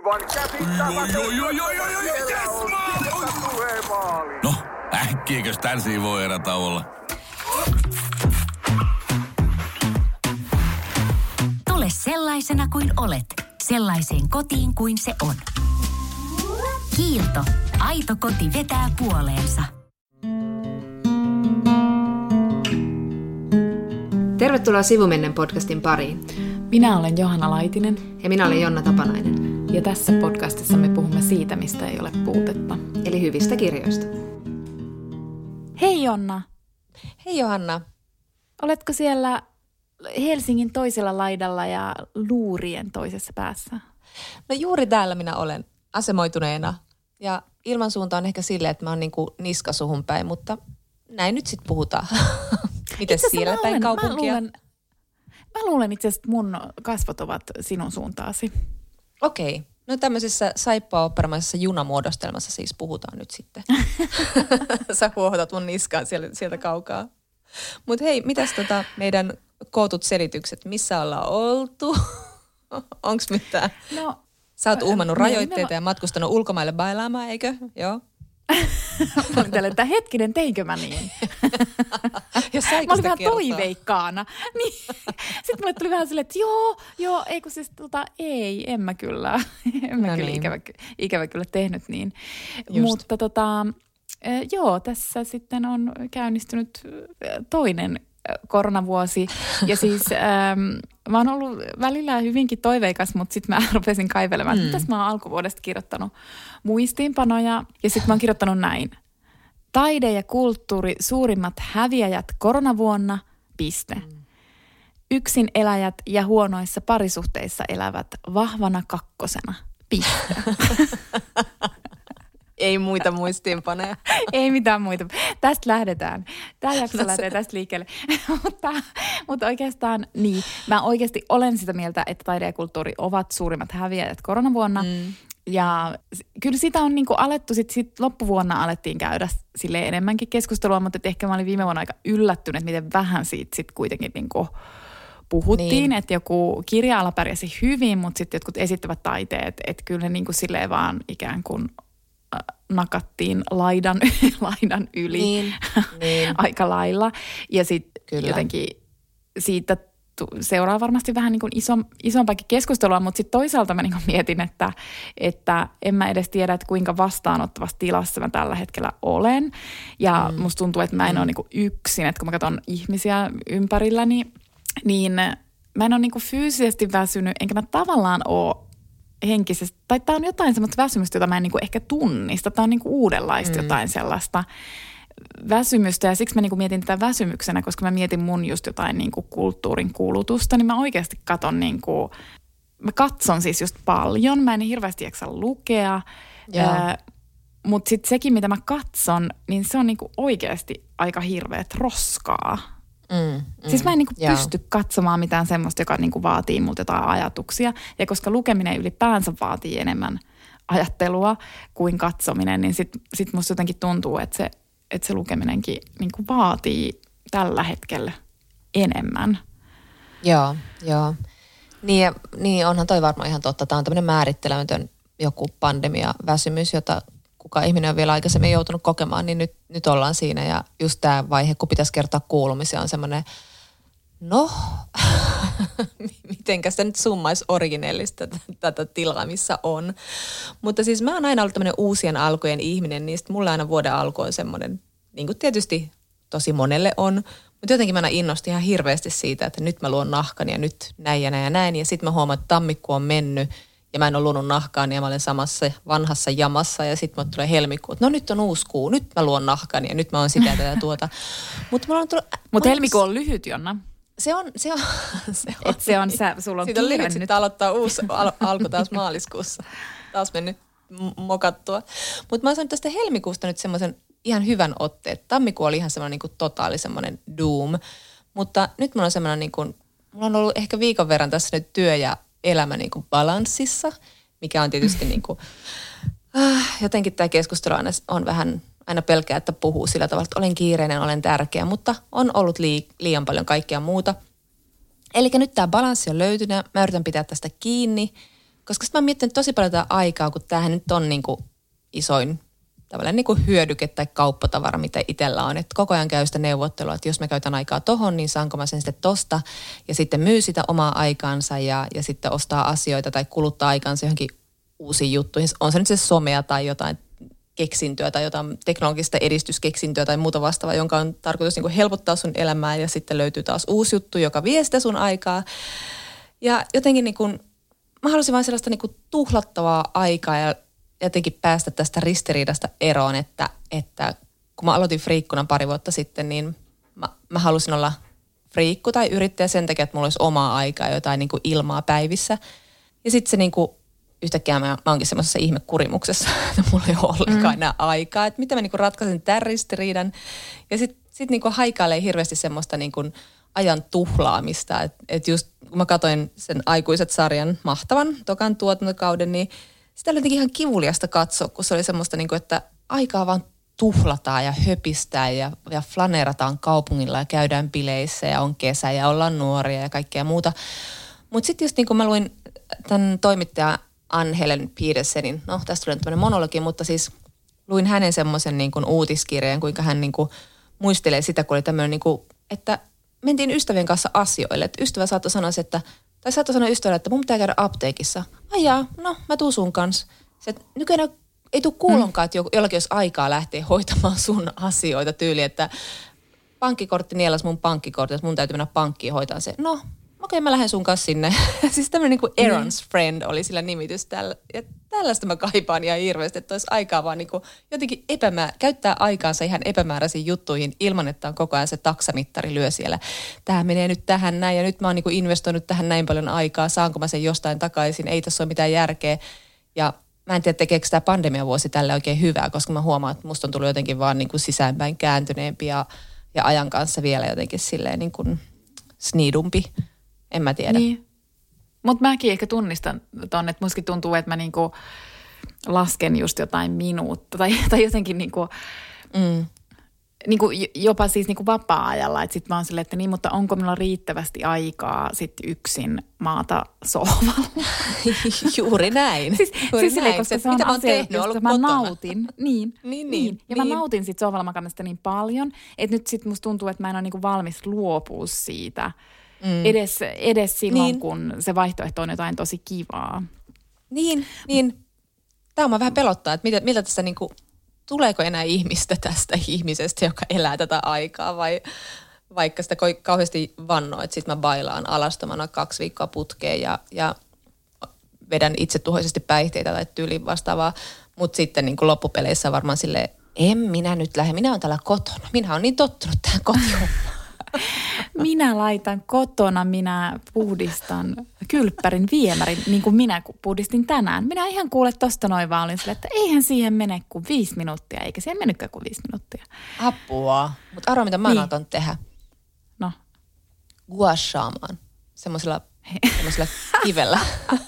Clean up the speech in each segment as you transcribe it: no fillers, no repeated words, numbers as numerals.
Aivan käsittämätöntä. No, äkkiäkös tän voi erätä olla? Tule sellaisena kuin olet, sellaiseen kotiin kuin se on. Kiilto. Aito koti vetää puoleensa. Tervetuloa Sivumennen podcastin pariin. Minä olen Johanna Laitinen. Ja minä olen Jonna Tapanainen. Ja tässä podcastissa me puhumme siitä, mistä ei ole puutetta. Eli hyvistä kirjoista. Hei Jonna. Hei Johanna. Oletko siellä Helsingin toisella laidalla ja luurien toisessa päässä? No juuri täällä minä olen asemoituneena. Ja ilmansuunta on ehkä silleen, että mä oon niinku niska suhun päin, mutta näin nyt sitten puhutaan. Mites siellä päin kaupunkia? Mä luulen itse asiassa, että mun kasvot ovat sinun suuntaasi. Okei. No tämmöisessä saippuaopperamaisessa junamuodostelmassa siis puhutaan nyt sitten. Sä huohotat mun niskaan sieltä kaukaa. Mutta hei, mitäs meidän kootut selitykset? Missä ollaan oltu? Onks mitään? No, sä oot uhmannut rajoitteita ja matkustanut ulkomaille bailaamaan, eikö? Joo. Että hetkinen, teinkö mä niin? Mä olin vähän toiveikkaana. Niin. Sitten mulle tuli vähän silleen, että joo, eikö siis ei, en mä kyllä. Ikävä kyllä tehnyt niin. Just. Mutta joo, tässä sitten on käynnistynyt toinen koronavuosi. Ja siis mä oon ollut välillä hyvinkin toiveikas, mutta sitten mä rupesin kaivelemaan, että mitäs mä oon alkuvuodesta kirjoittanut muistiinpanoja. Ja sitten mä oon kirjoittanut näin. Taide ja kulttuuri suurimmat häviäjät koronavuonna, piste. Yksin eläjät ja huonoissa parisuhteissa elävät vahvana kakkosena, piste. Ei muita muistiinpanoja. Ei mitään muita. Tästä lähdetään. Tämä jakso lähtee tästä liikkeelle. mutta oikeastaan niin. Mä oikeasti olen sitä mieltä, että taide ja kulttuuri ovat suurimmat häviäjät koronavuonna. Ja kyllä sitä on niinku alettu, sit loppuvuonna alettiin käydä sille enemmänkin keskustelua, mutta ehkä mä olin viime vuonna aika yllättynyt, miten vähän siitä sit kuitenkin niinku puhuttiin, niin. Että joku kirja-ala pärjäsi hyvin, mutta sitten jotkut esittävät taiteet, että kyllä ne niinku silleen vaan ikään kuin nakattiin laidan yli niin. Aika lailla. Ja sitten jotenkin siitä seuraa varmasti vähän niin kuin isompaakin keskustelua, mutta sitten toisaalta mä niin kuin mietin, että en mä edes tiedä, että kuinka vastaanottavassa tilassa mä tällä hetkellä olen. Ja musta tuntuu, että mä en ole niin kuin yksin, että kun mä katson ihmisiä ympärilläni, niin mä en ole niin kuin fyysisesti väsynyt, enkä mä tavallaan ole henkisesti, tai tää on jotain semmoista väsymystä, jota mä en niinku ehkä tunnista. Tää on niinku uudenlaista jotain sellaista väsymystä ja siksi mä niinku mietin tätä väsymyksenä, koska mä mietin mun just jotain niinku kulttuurin kulutusta, niin mä oikeasti mä katson siis just paljon. Mä en siis jaksa lukea, mutta sitten sekin, mitä mä katson, niin se on niinku oikeasti aika hirveät roskaa. Siis mä en niinku pysty katsomaan mitään semmoista, joka niinku vaatii multa jotain ajatuksia. Ja koska lukeminen ylipäänsä vaatii enemmän ajattelua kuin katsominen, niin sit musta jotenkin tuntuu, että se lukeminenkin niinku vaatii tällä hetkellä enemmän. Joo. Niin onhan toi varmaan ihan totta. Tämä on tämmöinen määrittelemätön joku pandemia-väsymys, jota kuka ihminen on vielä aikaisemmin joutunut kokemaan, niin nyt ollaan siinä. Ja just tämä vaihe, kun pitäisi kertoa kuulumisia, on semmoinen, mitenkä sitä nyt summaisi originellista tätä tilaa, missä on. Mutta siis mä oon aina ollut tämmöinen uusien alkujen ihminen, niin sitten mulla aina vuoden alku on semmoinen, niin kuin tietysti tosi monelle on, mutta jotenkin mä aina innostin ihan hirveästi siitä, että nyt mä luon nahkan ja nyt näin ja näin ja näin. Ja sitten mä huomaan, että tammikuu on mennyt. Ja mä en ole luonut nahkaan ja mä olen samassa vanhassa jamassa ja sitten mulle tulee helmikuu. No nyt on uusi kuu, nyt mä luon nahkan ja nyt mä oon sitä ja tuota. Mutta helmikuu on lyhyt, Jonna. Se on. Et se on, sulla on siitä on lyhyt, sitten aloittaa uusi alku taas maaliskuussa. Taas mennyt mokattua. Mutta mä oon saanut tästä helmikuusta nyt semmoisen ihan hyvän otteen. Tammikuu oli ihan semmoinen niin totaali semmoinen doom. Mutta nyt mulla on semmoinen niin kuin, mulla on ollut ehkä viikon verran tässä nyt työ ja elämä niin kuin balanssissa, mikä on tietysti niin kuin, jotenkin tämä keskustelu on vähän aina pelkää, että puhuu sillä tavalla, että olen kiireinen, olen tärkeä, mutta on ollut liian paljon kaikkea muuta. Eli nyt tämä balanssi on löytynyt, mä yritän pitää tästä kiinni, koska sitten mä oon miettinyt tosi paljon tätä aikaa, kun tämähän nyt on niin kuin isoin tavallaan niin kuin hyödyke tai kauppatavara, mitä itsellä on. Että koko ajan käy sitä neuvottelua, että jos mä käytän aikaa tohon, niin saanko mä sen sitten tosta ja sitten myy sitä omaa aikaansa ja sitten ostaa asioita tai kuluttaa aikaansa johonkin uusiin juttuihin. On se nyt se somea tai jotain keksintöä tai jotain teknologista edistyskeksintöä tai muuta vastaavaa, jonka on tarkoitus niin kuin helpottaa sun elämää ja sitten löytyy taas uusi juttu, joka vie sitä sun aikaa. Ja jotenkin niin kuin, mä halusin vain sellaista niin kuin tuhlattavaa aikaa ja jotenkin päästä tästä ristiriidasta eroon, että kun mä aloitin friikkuna 2 vuotta sitten, niin mä halusin olla friikku tai yrittäjä sen takia, että mulla olisi omaa aikaa, jotain niin kuin ilmaa päivissä. Ja sitten se niin kuin yhtäkkiä mä oonkin semmoisessa ihmekurimuksessa, että mulla ei ole ollenkaan enää aikaa. Että miten mä niin kuin ratkaisin tämän ristiriidan. Ja sitten niin kuin haikailee hirveästi semmoista niin kuin ajan tuhlaamista. Että just kun mä katsoin sen Aikuiset-sarjan mahtavan tokan tuotantokauden, niin sitä oli jotenkin ihan kivuliasta katsoa, kun se oli semmoista, niin kuin, että aikaa vaan tuhlataan ja höpistään ja flaneerataan kaupungilla ja käydään bileissä ja on kesä ja ollaan nuoria ja kaikkea muuta. Mutta sitten just niin kuin mä luin tämän toimittaja Ann-Helen Petersenin, no tästä tuli tämmöinen monologi, mutta siis luin hänen semmoisen niin kuin uutiskirjeen, kuinka hän niin kuin muistelee sitä, kun oli tämmöinen, niin kuin, että mentiin ystävien kanssa asioille. Että ystävä saattoi sanoa, saattoi sanoa ystävälle, että mun pitää käydä apteekissa. Ajaa, no mä tuun sun kanssa. Se, että nykyään ei tule kuulonkaan, että jollakin olisi aikaa lähteä hoitamaan sun asioita tyyli, että pankkikortti nielas mun pankkikortti, että mun täytyy mennä pankkiin hoitaa se. No, okei, mä lähden sun kanssa sinne. Siis tämmöinen niin kuin errands friend oli sillä nimitys tällä. Ja tällaista mä kaipaan ihan hirveästi, että olisi aikaa vaan niin kuin jotenkin käyttää aikaansa ihan epämääräisiin juttuihin ilman, että on koko ajan se taksamittari lyö siellä. Tämä menee nyt tähän näin ja nyt mä oon niin kuin investoinut tähän näin paljon aikaa. Saanko mä sen jostain takaisin? Ei tässä ole mitään järkeä. Ja mä en tiedä, tekeekö tämä pandemiavuosi tälle oikein hyvää, koska mä huomaan, että musta on tullut jotenkin vaan niin kuin sisäänpäin kääntyneempi ja ajan kanssa vielä jotenkin silleen niin kuin sniidumpi. En mä tiedä. Niin. Mutta mäkin ehkä tunnistan ton, että mustakin tuntuu, että mä niinku lasken just jotain minuutta tai jotenkin niinku, niinku jopa siis niinku vapaa-ajalla. Että sit mä oon silleen, että niin, mutta onko minulla riittävästi aikaa sit yksin maata sohvalla? Juuri näin. Siis silleen, koska se on mitä asia, josta mä nautin. Niin. Ja mä nautin sit sohvalla makaamista niin paljon, että nyt sit musta tuntuu, että mä en ole niinku valmis luopua siitä. Edes silloin, kun se vaihtoehto on jotain tosi kivaa. Niin. Tämä on vähän pelottaa, että miltä tässä niinku, tuleeko enää ihmistä tästä ihmisestä, joka elää tätä aikaa vai vaikka sitä kauheasti vannoo, että sit mä bailaan alastomana 2 viikkoa putkeen ja vedän itsetuhoisesti päihteitä tai tyyliin vastaavaa, mutta sitten niinku loppupeleissä varmaan silleen, en minä nyt lähde, minä olen täällä kotona, minä olen niin tottunut tähän kotiin. Minä laitan kotona, minä puhdistan kylppärin viemärin, niin kuin minä puhdistin tänään. Minä ihan kuule tosta noin vaan olin sille, että eihän siihen mene kuin 5 minuuttia, eikä siihen mennytkään kuin 5 minuuttia. Apua. Mutta arvoa, mitä mä oon alkanut tehdä. No. Guashaamaan. Semmoisella kivellä.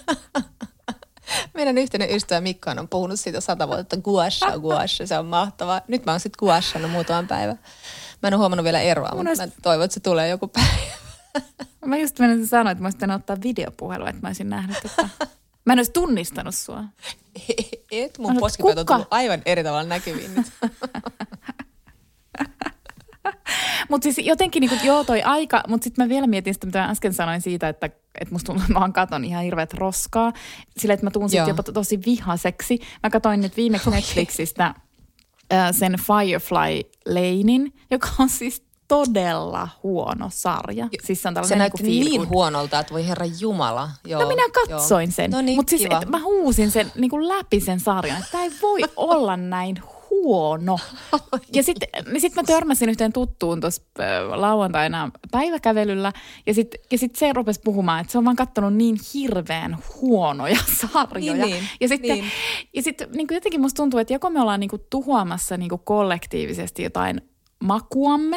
Meidän yhteinen ystävä Mikko on puhunut siitä 100 vuotta, että guasha, se on mahtavaa. Nyt mä oon sitten guashannut muutaman päivän. Mä en ole huomannut vielä eroa, mutta mä toivon, että se tulee joku päivä. Mä just menisin sanoa, että mä olisin ottaa videopuhelua, että mä olisin nähnyt, että mä en olisi tunnistanut sua. Et, mun poskipäät on tullut aivan eri tavalla näkyviin nyt. Mutta siis jotenkin niin joo toi aika, mutta sitten mä vielä mietin sitä, mitä mä äsken sanoin siitä, että musta tuntuu, että mä vaan katon ihan hirveät roskaa. Sillä, että mä tuun sitten jopa tosi vihaseksi. Mä katoin nyt viimeksi Netflixistä sen Firefly Lanein, joka on siis todella huono sarja. Siis se näytti niin huonolta, että voi herra jumala. Joo, no minä katsoin sen, no niin, mutta siis mä huusin sen niin kuin läpi sen sarjan, että tämä ei voi olla näin huono. Ja sitten mä törmäsin yhteen tuttuun tuossa lauantaina päiväkävelyllä ja sit se rupesi puhumaan, että se on vaan katsonut niin hirveän huonoja sarjoja. Ja sitten niin jotenkin musta tuntuu, että joko me ollaan niin kuin tuhoamassa niin kuin kollektiivisesti jotain makuamme,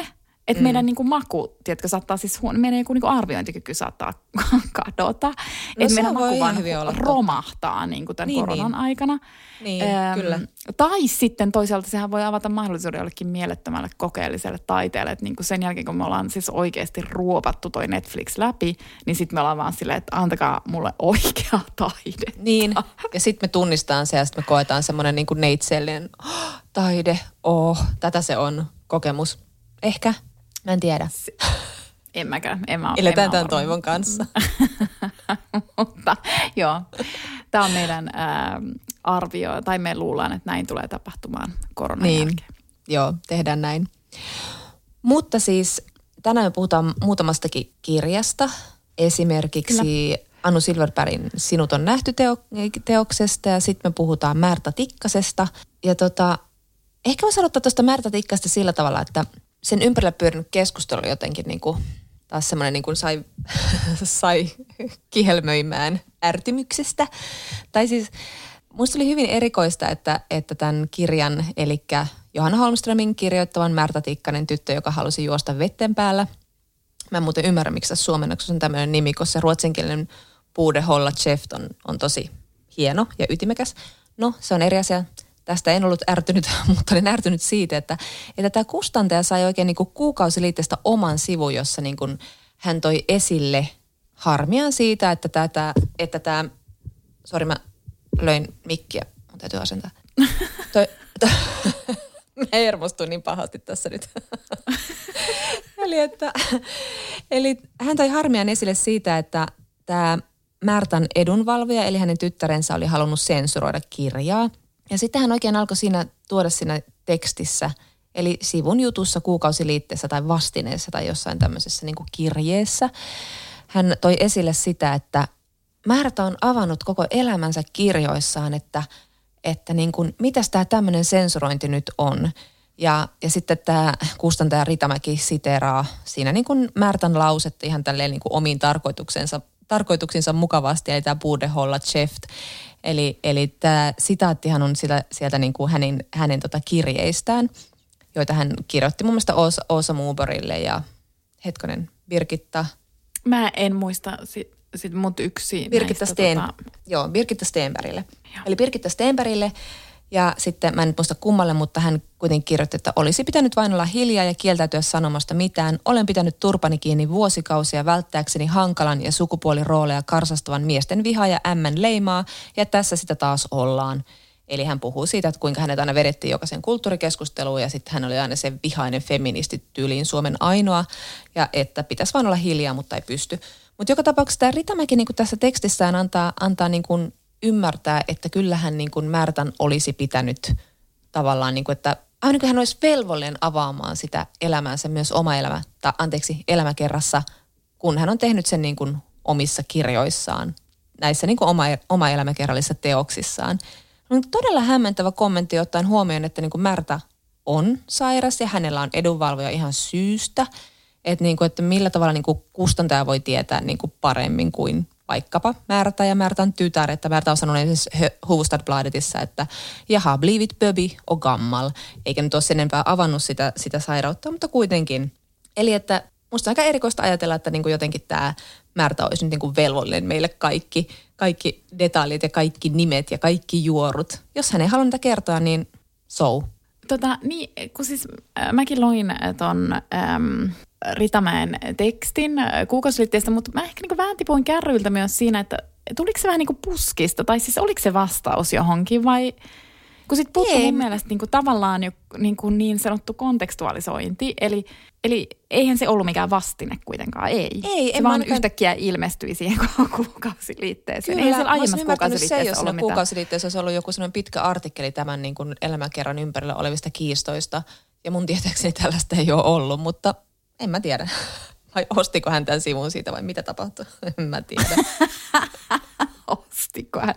Että meidän niin kuin maku, tiedätkö, saattaa siis, meidän joku niin kuin arviointikyky saattaa kadota. Että meidän maku vaan romahtaa niin kuin tämän koronan aikana. Niin, kyllä. Tai sitten toisaalta sehän voi avata mahdollisuuden jollekin mielettömälle kokeelliselle taiteelle. Että niin kuin sen jälkeen, kun me ollaan siis oikeasti ruopattu toi Netflix läpi, niin sitten me ollaan vaan silleen, että antakaa mulle oikea taide. Niin, ja sitten me tunnistetaan se ja sitten me koetaan semmoinen niin kuin neitsellinen taide. Tätä se on kokemus. Ehkä. Mä en tiedä. En mäkään. Eletään tämän toivon kanssa. Mutta joo, tämä on meidän arvio, tai me luullaan, että näin tulee tapahtumaan koronan jälkeen. Joo, tehdään näin. Mutta siis tänään me puhutaan muutamastakin kirjasta. Esimerkiksi Anu Silverbergin Sinut on nähty teoksesta ja sitten me puhutaan Märta Tikkasesta. Ja ehkä voisi aloittaa tuosta Märta Tikkasta sillä tavalla, että sen ympärillä pyörinyt keskustelu jotenkin niin kuin, taas semmoinen niin kuin sai kihelmöimään ärtymyksestä. Tai siis musta oli hyvin erikoista, että tämän kirjan, eli Johanna Holmströmin kirjoittavan Märta Tikkanen tyttö, joka halusi juosta vetten päällä. Mä en muuten ymmärrä, miksi tässä suomennoksessa on tämmöinen nimi, koska se ruotsinkielinen Bude hålla käft on tosi hieno ja ytimekäs. No, se on eri asia. Tästä en ollut ärtynyt, mutta olin ärtynyt siitä, että tämä kustantaja sai oikein niin kuin kuukausiliitteestä oman sivun, jossa niin kuin hän toi esille harmiaan siitä, että tämä, sori mä löin mikkiä, mun täytyy asentaa. Mä hermostuin niin pahasti tässä nyt. Eli hän toi harmiaan esille siitä, että tämä Märtan edunvalvoja, eli hänen tyttärensä oli halunnut sensuroida kirjaa. Ja sitten hän oikein alkoi tuoda siinä tekstissä, eli sivun jutussa, kuukausiliitteessä tai vastineessa tai jossain tämmöisessä niin kuin kirjeessä. Hän toi esille sitä, että Märta on avannut koko elämänsä kirjoissaan, että niin kuin, mitäs tämä tämmöinen sensurointi nyt on. Ja sitten tämä kustantaja Ritamäki siteeraa siinä niin kuin Märtan lausetta ihan tälleen niin kuin omiin tarkoituksinsa mukavasti, eli tämä Bude hålla käft. Eli tämä sitaattihan on sieltä niin kuin hänen kirjeistään, joita hän kirjoitti mun mielestä Åsa Mobergille ja Birgitta. Mä en muista sit mut yksi Birgitta Stenbergille. Joo. Eli Birgitta Stenbergille ja sitten mä en nyt muista kummalle, mutta hän kuitenkin kirjoitti, että olisi pitänyt vain olla hiljaa ja kieltäytyä sanomasta mitään. Olen pitänyt turpani kiinni vuosikausia välttääkseni hankalan ja sukupuolirooleja karsastavan miesten vihaa ja ämmän leimaa ja tässä sitä taas ollaan. Eli hän puhuu siitä, että kuinka hänet aina vedettiin jokaisen kulttuurikeskusteluun ja sitten hän oli aina se vihainen feministi tyyliin Suomen ainoa ja että pitäisi vain olla hiljaa, mutta ei pysty. Mutta joka tapauksessa tämä Ritamäki niin kuin tässä tekstissään antaa niin kuin ymmärtää, että kyllähän niin kuin Märtan olisi pitänyt tavallaan, niin kuin, että ainakin hän olisi velvollinen avaamaan sitä elämäänsä myös elämäkerrassa, kun hän on tehnyt sen niin kuin omissa kirjoissaan, näissä niin kuin oma elämäkerrallisissa teoksissaan. On todella hämmentävä kommentti ottaen huomioon, että niin kuin Märta on sairas ja hänellä on edunvalvoja ihan syystä, että, niin kuin, että millä tavalla niin kuin kustantaja voi tietää niin kuin paremmin kuin vaikkapa Märta ja Märtan tytär, että Märta on sanonut esimerkiksi Hufvudstadsbladetissa, että jaha, blivit böbi och gammal, eikä nyt ole sen enempää avannut sitä sairautta, mutta kuitenkin. Eli että musta on aika erikoista ajatella, että niin kuin jotenkin tämä Märta olisi nyt niin kuin velvollinen meille kaikki detaljit ja kaikki nimet ja kaikki juorut. Jos hän ei halua niitä kertoa, niin Niin, kun siis mäkin loin ton Ritamäen tekstin kuukausiliitteestä, mutta mä ehkä niin vähän tipuin kärryiltä myös siinä, että tuliko se vähän niin kuin puskista, tai siis oliko se vastaus johonkin, vai kun sit puuttuu mun mielestä niin kuin tavallaan jo niin sanottu kontekstualisointi, eli eihän se ollut mikään vastine kuitenkaan, ei se vaan yhtäkkiä ilmestyi siihen kuukausiliitteeseen. Kyllä, ei siellä aiemmassa kuukausiliitteessä se, jos siinä kuukausiliitteessä olisi ollut joku sellainen pitkä artikkeli tämän niin kuin elämäkerran ympärillä olevista kiistoista, ja mun tietääkseni tällaista ei ole ollut, mutta en mä tiedä. Vai ostiko hän tämän sivun siitä vai mitä tapahtui? En mä tiedä. Ostiko hän?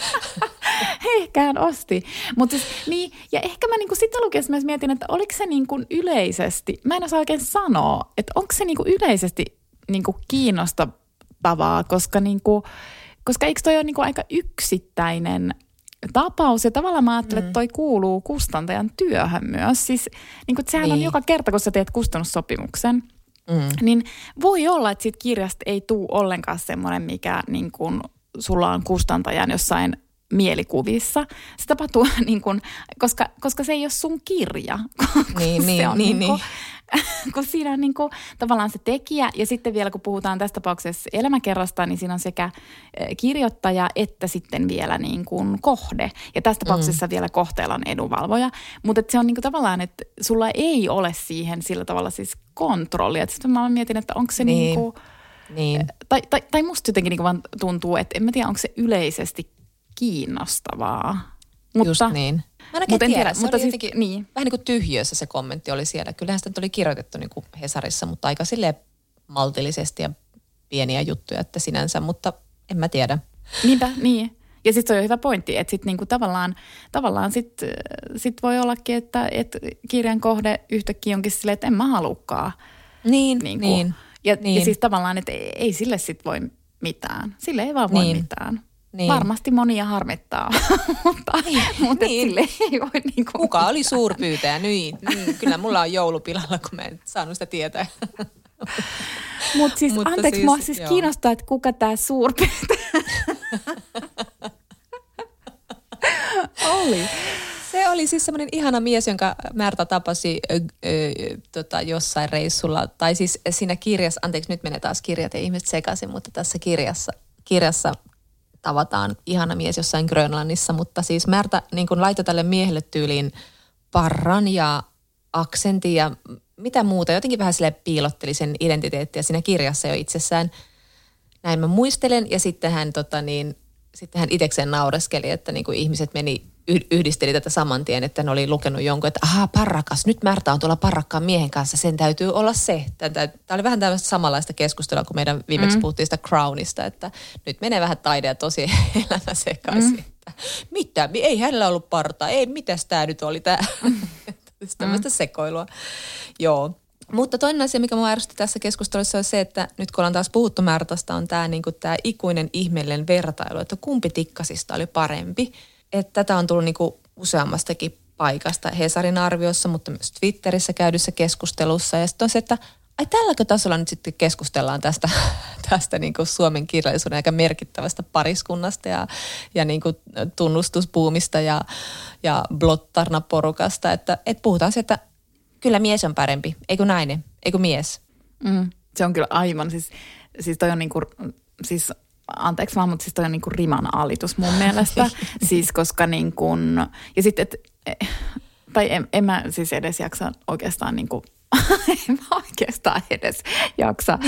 Ehkä hän osti. Mutta siis, niin, ja ehkä mä niinku sitä lukiessa myös mietin, että oliko se niinku yleisesti, mä en osaa oikein sanoa, että onko se niinku yleisesti niinku kiinnostavaa, koska eikö toi ole niinku aika yksittäinen tapaus. Ja tavallaan mä ajattelen, että toi kuuluu kustantajan työhön myös. Siis niin kuin, sehän on joka kerta, kun sä teet kustannussopimuksen, niin voi olla, että siitä kirjasta ei tule ollenkaan semmoinen, mikä niin kuin sulla on kustantajan jossain mielikuvissa. Se tapahtuu niin kuin, koska se ei ole sun kirja. Niin. Kun siinä on niin kuin, tavallaan se tekijä ja sitten vielä kun puhutaan tässä tapauksessa elämäkerrasta, niin siinä on sekä kirjoittaja että sitten vielä niin kuin kohde. Ja tässä tapauksessa vielä kohteella on edunvalvoja. Mutta se on niin kuin tavallaan, että sulla ei ole siihen sillä tavalla siis kontrollia. Sitten mä mietin, että onko se niin kuin, tai musta jotenkin niin kuin vaan tuntuu, että en mä tiedä, onko se yleisesti kiinnostavaa. Just niin. Mä en tiedä, se mutta oli siis, jotenkin niin. vähän niin kuin tyhjössä se kommentti oli siellä. Kyllähän sitä oli kirjoitettu niin kuin Hesarissa, mutta aika silleen maltillisesti ja pieniä juttuja, että sinänsä, mutta en mä tiedä. Niinpä, niin. Ja sitten se on hyvä pointti, että sitten niinku tavallaan sit voi ollakin, että kirjan kohde yhtäkkiä onkin silleen, että en mä halukaan. Niin. Ja siis tavallaan, että ei sille sit voi mitään. Sille ei vaan voi mitään. Niin. Varmasti monia harmittaa, mutta sille ei voi niinku. Kuka oli suurpyytäjä? Niin. Kyllä mulla on joulupilalla, kun mä en saanut sitä tietää. Mutta anteeksi, mua siis kiinnostaa, että kuka tää suurpyytäjä oli. Se oli siis semmoinen ihana mies, jonka Märta tapasi jossain reissulla. Tai siis siinä kirjassa, anteeksi nyt menee taas kirjat ja ihmiset sekaisin, mutta tässä kirjassa tavataan ihana mies jossain Grönlannissa. Mutta siis Märta niin kun laittoi tälle miehelle tyyliin parran ja aksentin ja mitä muuta. Jotenkin vähän silleen piilotteli sen identiteettiä siinä kirjassa jo itsessään. Näin mä muistelen ja sitten hän itsekseen naureskeli, että niin kuin ihmiset yhdisteli tätä saman tien, että ne oli lukenut jonkun, että parrakas, nyt Märta on tuolla parrakkaan miehen kanssa, sen täytyy olla se. Tämä oli vähän tämmöistä samanlaista keskustelua, kun meidän viimeksi puhuttiin sitä Crownista, että nyt menee vähän taide ja tosi elämä sekaisin. Mitä? Ei hänellä ollut partaa, ei, mitäs tämä nyt oli tämä? Tämmöistä sekoilua. Joo. Mutta toinen asia, mikä minua ärsytti tässä keskustelussa on se, että nyt kun ollaan taas puhuttu Märtasta, on tämä ikuinen ihmeellinen vertailu, että kumpi tikkasista oli parempi. Että tätä on tullut useammastakin paikasta Hesarin arviossa, mutta myös Twitterissä käydyssä keskustelussa. Ja sitten on se, että tälläkö tasolla nyt sitten keskustellaan tästä suomen kirjallisuuden aika merkittävästä pariskunnasta ja tunnustusbuumista ja blottarnaporukasta. Että puhutaan se, että kyllä mies on parempi, eikö nainen, eikö mies? Se on kyllä aivan, siis toi on anteeksi vaan, mutta siis toi on riman alitus mun mielestä. Siis koska ja sitten, tai en mä siis edes jaksa oikeastaan en mä oikeastaan edes jaksa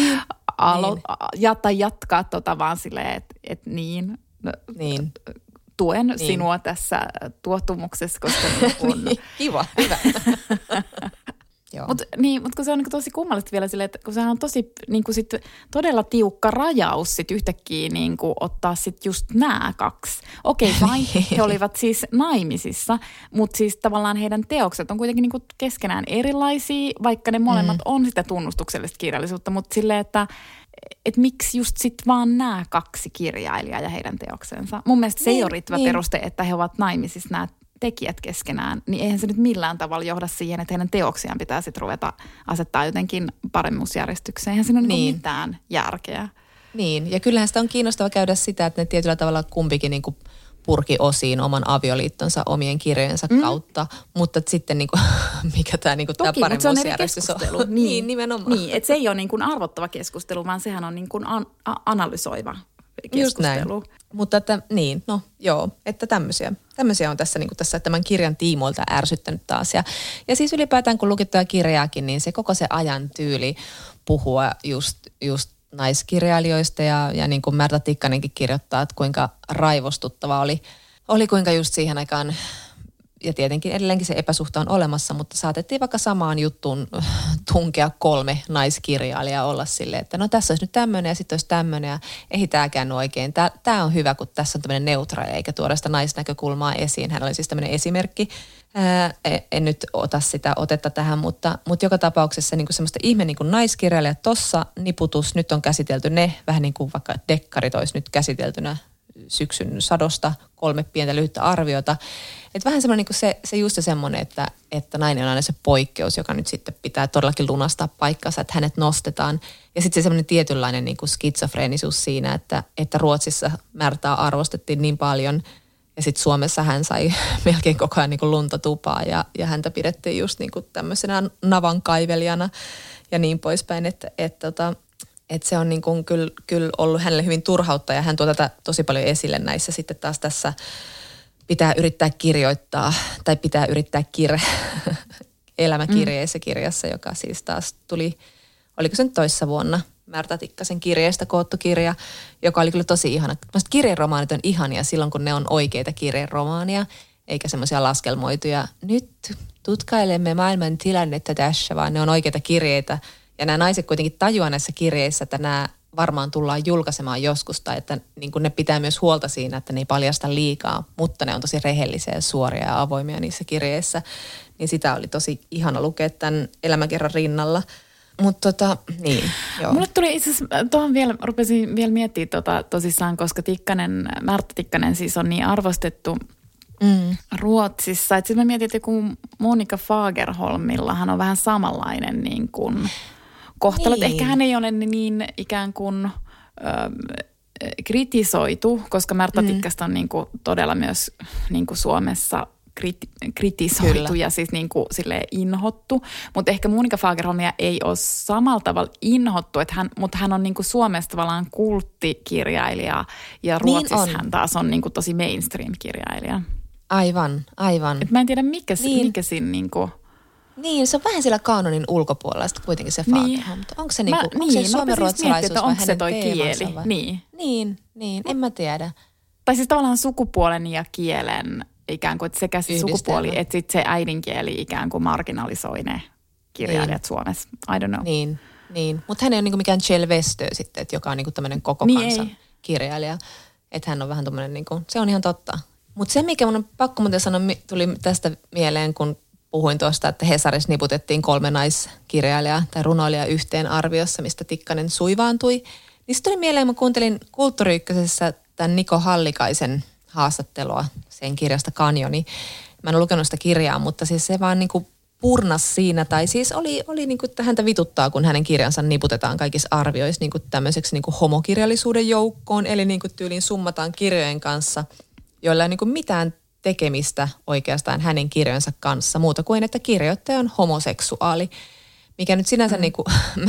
jatkaa vaan silleen, että niin. Tuen sinua tässä tuottumuksessa, koska kiva, hyvä. Mutta kun se on tosi kummallista vielä silleen, että kun sehän on tosi sit todella tiukka rajaus sit yhtäkkiä ottaa sit just nämä kaksi. Okei, he olivat siis naimisissa, mutta siis tavallaan heidän teokset on kuitenkin keskenään erilaisia, vaikka ne molemmat on sitä tunnustuksellista kirjallisuutta, mutta silleen, että miksi just sit vaan nämä kaksi kirjailijaa ja heidän teoksensa. Mun mielestä se ei ole riittävä peruste, että he ovat naimisissa nämä tekijät keskenään, niin eihän se nyt millään tavalla johda siihen, että heidän teoksiaan pitää sitten ruveta asettaa jotenkin paremmuusjärjestykseen. Eihän siinä ole mitään järkeä. Niin, ja kyllähän sitä on kiinnostava käydä sitä, että ne tietyllä tavalla kumpikin purki osiin oman avioliittonsa omien kirjojensa kautta, mutta sitten mikä tämä paremmuusjärjestys on. Niin, nimenomaan. Niin, että se ei ole arvottava keskustelu, vaan sehän on analysoiva keskustelu. Just näin. Mutta että että tämmöisiä on tässä tämän kirjan tiimoilta ärsyttänyt taas. Ja siis ylipäätään kun lukittaa kirjaakin, niin se koko se ajan tyyli puhua just naiskirjailijoista ja niin kuin Märta Tikkanenkin kirjoittaa, että kuinka raivostuttava oli kuinka just siihen aikaan, ja tietenkin edelleenkin se epäsuhta on olemassa, mutta saatettiin vaikka samaan juttuun tunkea 3 naiskirjailijaa olla silleen, että no tässä olisi nyt tämmöinen ja sitten olisi tämmöinen ja ei tämäkään oikein. Tämä on hyvä, kun tässä on tämmöinen neutraali eikä tuoda sitä naisnäkökulmaa esiin. Hän oli siis tämmöinen esimerkki. En nyt ota sitä otetta tähän, mutta joka tapauksessa semmoista ihme naiskirjailija tossa niputus, nyt on käsitelty ne, vähän niin kuin vaikka dekkarit olisi nyt käsiteltynä syksyn sadosta 3 pientä lyhyttä arviota. Että vähän semmoinen niin se just semmoinen, että nainen on aina se poikkeus, joka nyt sitten pitää todellakin lunastaa paikkansa, että hänet nostetaan. Ja sitten se semmoinen tietynlainen niin kuin skitsofreenisuus siinä, että Ruotsissa Märtaa arvostettiin niin paljon ja sitten Suomessa hän sai melkein koko ajan niin kuin lunta tupaa ja häntä pidettiin just niin kuin tämmöisenä navankaielijana ja niin poispäin, että se on niin kuin kyllä ollut hänelle hyvin turhautta ja hän tuo tätä tosi paljon esille näissä sitten taas tässä pitää yrittää kirjoittaa tai pitää yrittää elämäkirjeessä kirjassa, joka siis taas tuli, oliko se nyt toissa vuonna, Märta Tikkasen kirjeestä koottu kirja, joka oli kyllä tosi ihana. Mielestäni kirjeromaanit on ihania silloin, kun ne on oikeita kirjeromaania, eikä semmoisia laskelmoituja. Nyt tutkailemme maailman tilannetta tässä, vaan ne on oikeita kirjeitä. Ja nämä naiset kuitenkin tajuaa näissä kirjeissä, että nämä varmaan tullaan julkaisemaan joskus, tai että niin kuin ne pitää myös huolta siinä, että ne ei paljasta liikaa, mutta ne on tosi rehellisiä ja suoria ja avoimia niissä kirjeissä. Niin sitä oli tosi ihana lukea tämän elämäkerran rinnalla. Mutta niin, joo. Mulle tuli itse asiassa, tuohon rupesin vielä miettimään tosissaan, koska Märta Tikkanen siis on niin arvostettu Ruotsissa. Sitten mä mietin, että joku Monika Fagerholmillahan on vähän samanlainen niin kuin kohtalo. Niin. Ehkä hän ei ole niin ikään kuin kritisoitu, koska Märta Tikkasta on niin kuin todella myös niin kuin Suomessa kritisoitu Kyllä. ja siis niin kuin silleen inhottu. Mutta ehkä Monika Fagerholmia ei ole samalla tavalla inhottu, mutta hän on niin kuin Suomessa tavallaan kulttikirjailija ja Ruotsissa niin hän taas on niin kuin tosi mainstream-kirjailija. Aivan. Et mä en tiedä, mikä siinä niin kuin Niin, se on vähän siellä kaanonin ulkopuolella sitten kuitenkin se Fagerholm. Onko se, onko se suomenruotsalaisuus vai hänen teemansa vai? Niin, en mä tiedä. Tai siis tavallaan sukupuolen ja kielen ikään kuin, että sekä se sukupuoli että sitten se äidinkieli ikään kuin marginalisoi ne kirjailijat Suomessa. I don't know. Niin. Mutta hän ei ole niinku mikään Kjell Westö sitten, että joka on niinku tämmöinen koko kansan kirjailija. Että hän on vähän tommoinen niinku, se on ihan totta. Mutta se, mikä mun on pakko muuten sanoa, tuli tästä mieleen, kun puhuin tuosta, että Hesarissa niputettiin 3 naiskirjailijaa tai runoilijaa yhteen arviossa, mistä Tikkanen suivaantui. Niin se tuli mieleen, mä kuuntelin Kulttuuri Ykkösessä tämän Niko Hallikaisen haastattelua sen kirjasta Kanjoni. Mä en ole lukenut sitä kirjaa, mutta siis se vaan niinku purnas siinä, tai siis oli niinku, että häntä vituttaa, kun hänen kirjansa niputetaan kaikissa arvioissa niinku tämmöiseksi niinku homokirjallisuuden joukkoon, eli niinku tyyliin summataan kirjojen kanssa, joilla ei niinku mitään tekemistä oikeastaan hänen kirjansa kanssa, muuta kuin että kirjoittaja on homoseksuaali, mikä nyt sinänsä niinku,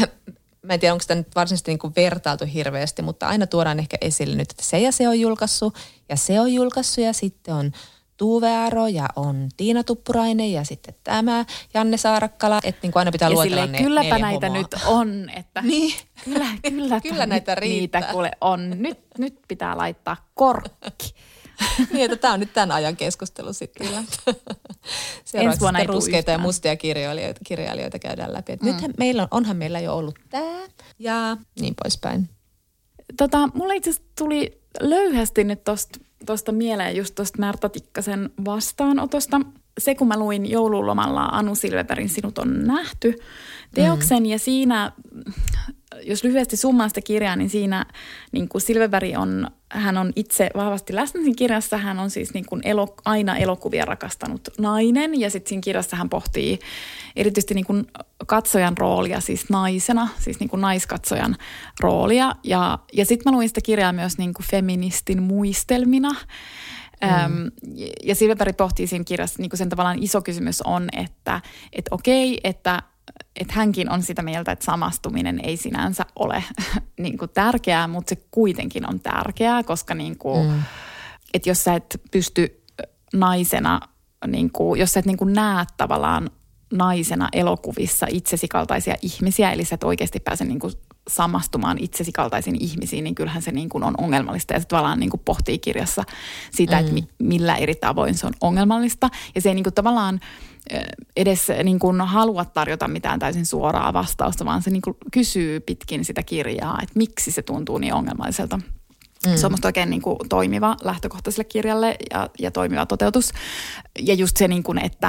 mä en tiedä, onko sitä nyt varsinaisesti niinku vertailtu hirveästi, mutta aina tuodaan ehkä esille nyt, että se ja se on julkaissut ja sitten on Tuve Aro ja on Tiina Tuppurainen ja sitten tämä Janne Saarakkala, että niin kuin aina pitää luetella ne 4 kylläpä näitä homoa. Nyt on, että niin. kyllä näitä riittää. Niitä kuule on. Nyt pitää laittaa korkki. Niin, että tämä on nyt tämän ajan keskustelu sitten. Seuraavaksi ruskeita ja mustia kirjailijoita käydään läpi. Nythän onhan meillä jo ollut tämä ja niin poispäin. Mulla itse asiassa tuli löyhästi nyt tosta mieleen just tosta Märta Tikkasen vastaanotosta. Se, kun mä luin joululomalla Anu Silverbergin Sinut on nähty -teoksen ja siinä, jos lyhyesti summaan sitä kirjaa, niin siinä niin kuin Silverberg hän on itse vahvasti läsnä siinä kirjassa. Hän on siis niin kuin aina elokuvia rakastanut nainen ja sitten siinä kirjassa hän pohtii erityisesti niin kuin katsojan roolia siis naisena, siis niin kuin naiskatsojan roolia. Ja sitten mä luin sitä kirjaa myös niin kuin feministin muistelmina. Ja Silverberg pohtii siinä kirjassa, niin kuin sen tavallaan iso kysymys on, että okei, että hänkin on sitä mieltä, että samastuminen ei sinänsä ole niin kuin tärkeää, mutta se kuitenkin on tärkeää, koska niin kuin, että jos sä et pysty naisena, niin kuin, jos sä et niin kuin näe tavallaan naisena elokuvissa itsesi kaltaisia ihmisiä, eli sä et oikeasti pääse niin kuin samastumaan itsesi kaltaisiin ihmisiin, niin kyllähän se niin kuin on ongelmallista. Ja se tavallaan niin kuin pohtii kirjassa sitä, että millä eri tavoin se on ongelmallista. Ja se ei niin kuin tavallaan edes niin kuin halua tarjota mitään täysin suoraa vastausta, vaan se niin kuin kysyy pitkin sitä kirjaa, että miksi se tuntuu niin ongelmalliselta. Se on musta oikein niin kuin toimiva lähtökohta sille kirjalle ja toimiva toteutus. Ja just se, niin kuin, että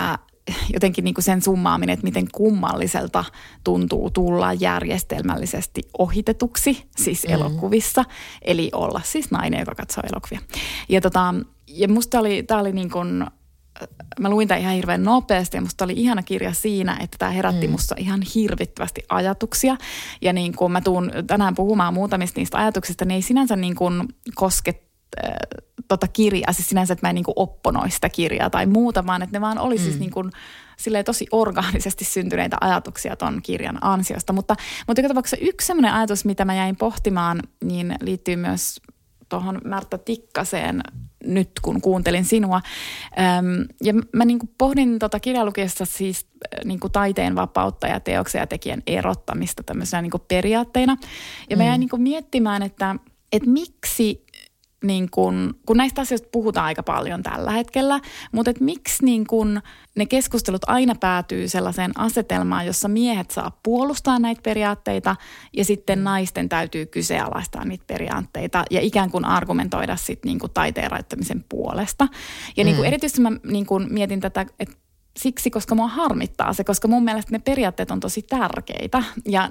jotenkin niin kuin sen summaaminen, että miten kummalliselta tuntuu tulla järjestelmällisesti ohitetuksi, siis elokuvissa, eli olla siis nainen, joka katsoo elokuvia. Ja musta tämä oli niin kuin, mä luin tämän ihan hirveän nopeasti ja musta oli ihana kirja siinä, että tämä herätti musta ihan hirvittävästi ajatuksia. Ja niin kuin mä tuun tänään puhumaan muutamista niistä ajatuksista, ne ei sinänsä niin kuin koske kirjaa, siis sinänsä, että mä en niin kuin opponoi sitä kirjaa tai muuta, vaan että ne vaan oli siis niin kuin silleen tosi orgaanisesti syntyneitä ajatuksia ton kirjan ansiosta. Mutta joka tapauksessa yksi sellainen ajatus, mitä mä jäin pohtimaan, niin liittyy myös tuohon Märta Tikkaseen nyt, kun kuuntelin sinua. Ja mä niin kuin pohdin kirjaa lukiessa siis niin kuin taiteen vapautta ja teoksen ja tekijän erottamista tämmöisenä niin kuin periaatteina. Ja mä jäin niin kuin miettimään, että miksi niin kun näistä asioista puhutaan aika paljon tällä hetkellä, mutta miksi niin kun ne keskustelut aina päätyy sellaiseen asetelmaan, jossa miehet saa puolustaa näitä periaatteita ja sitten naisten täytyy kyseenalaistaa niitä periaatteita ja ikään kuin argumentoida sitten niin kuin taiteen rajoittamisen puolesta. Ja niin kuin erityisesti mä niin kuin mietin tätä, että siksi, koska mua harmittaa se, koska mun mielestä ne periaatteet on tosi tärkeitä.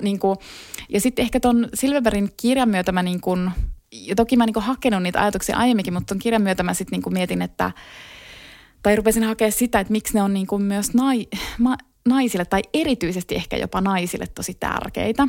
Ja sitten ehkä ton Silverbergin kirjan myötä mä niin kuin, ja toki mä niinku hakenut niitä ajatuksia aiemminkin, mutta ton kirjan myötä mä sitten niinku mietin, tai rupesin hakea sitä, että miksi ne on niinku myös naisille, tai erityisesti ehkä jopa naisille tosi tärkeitä.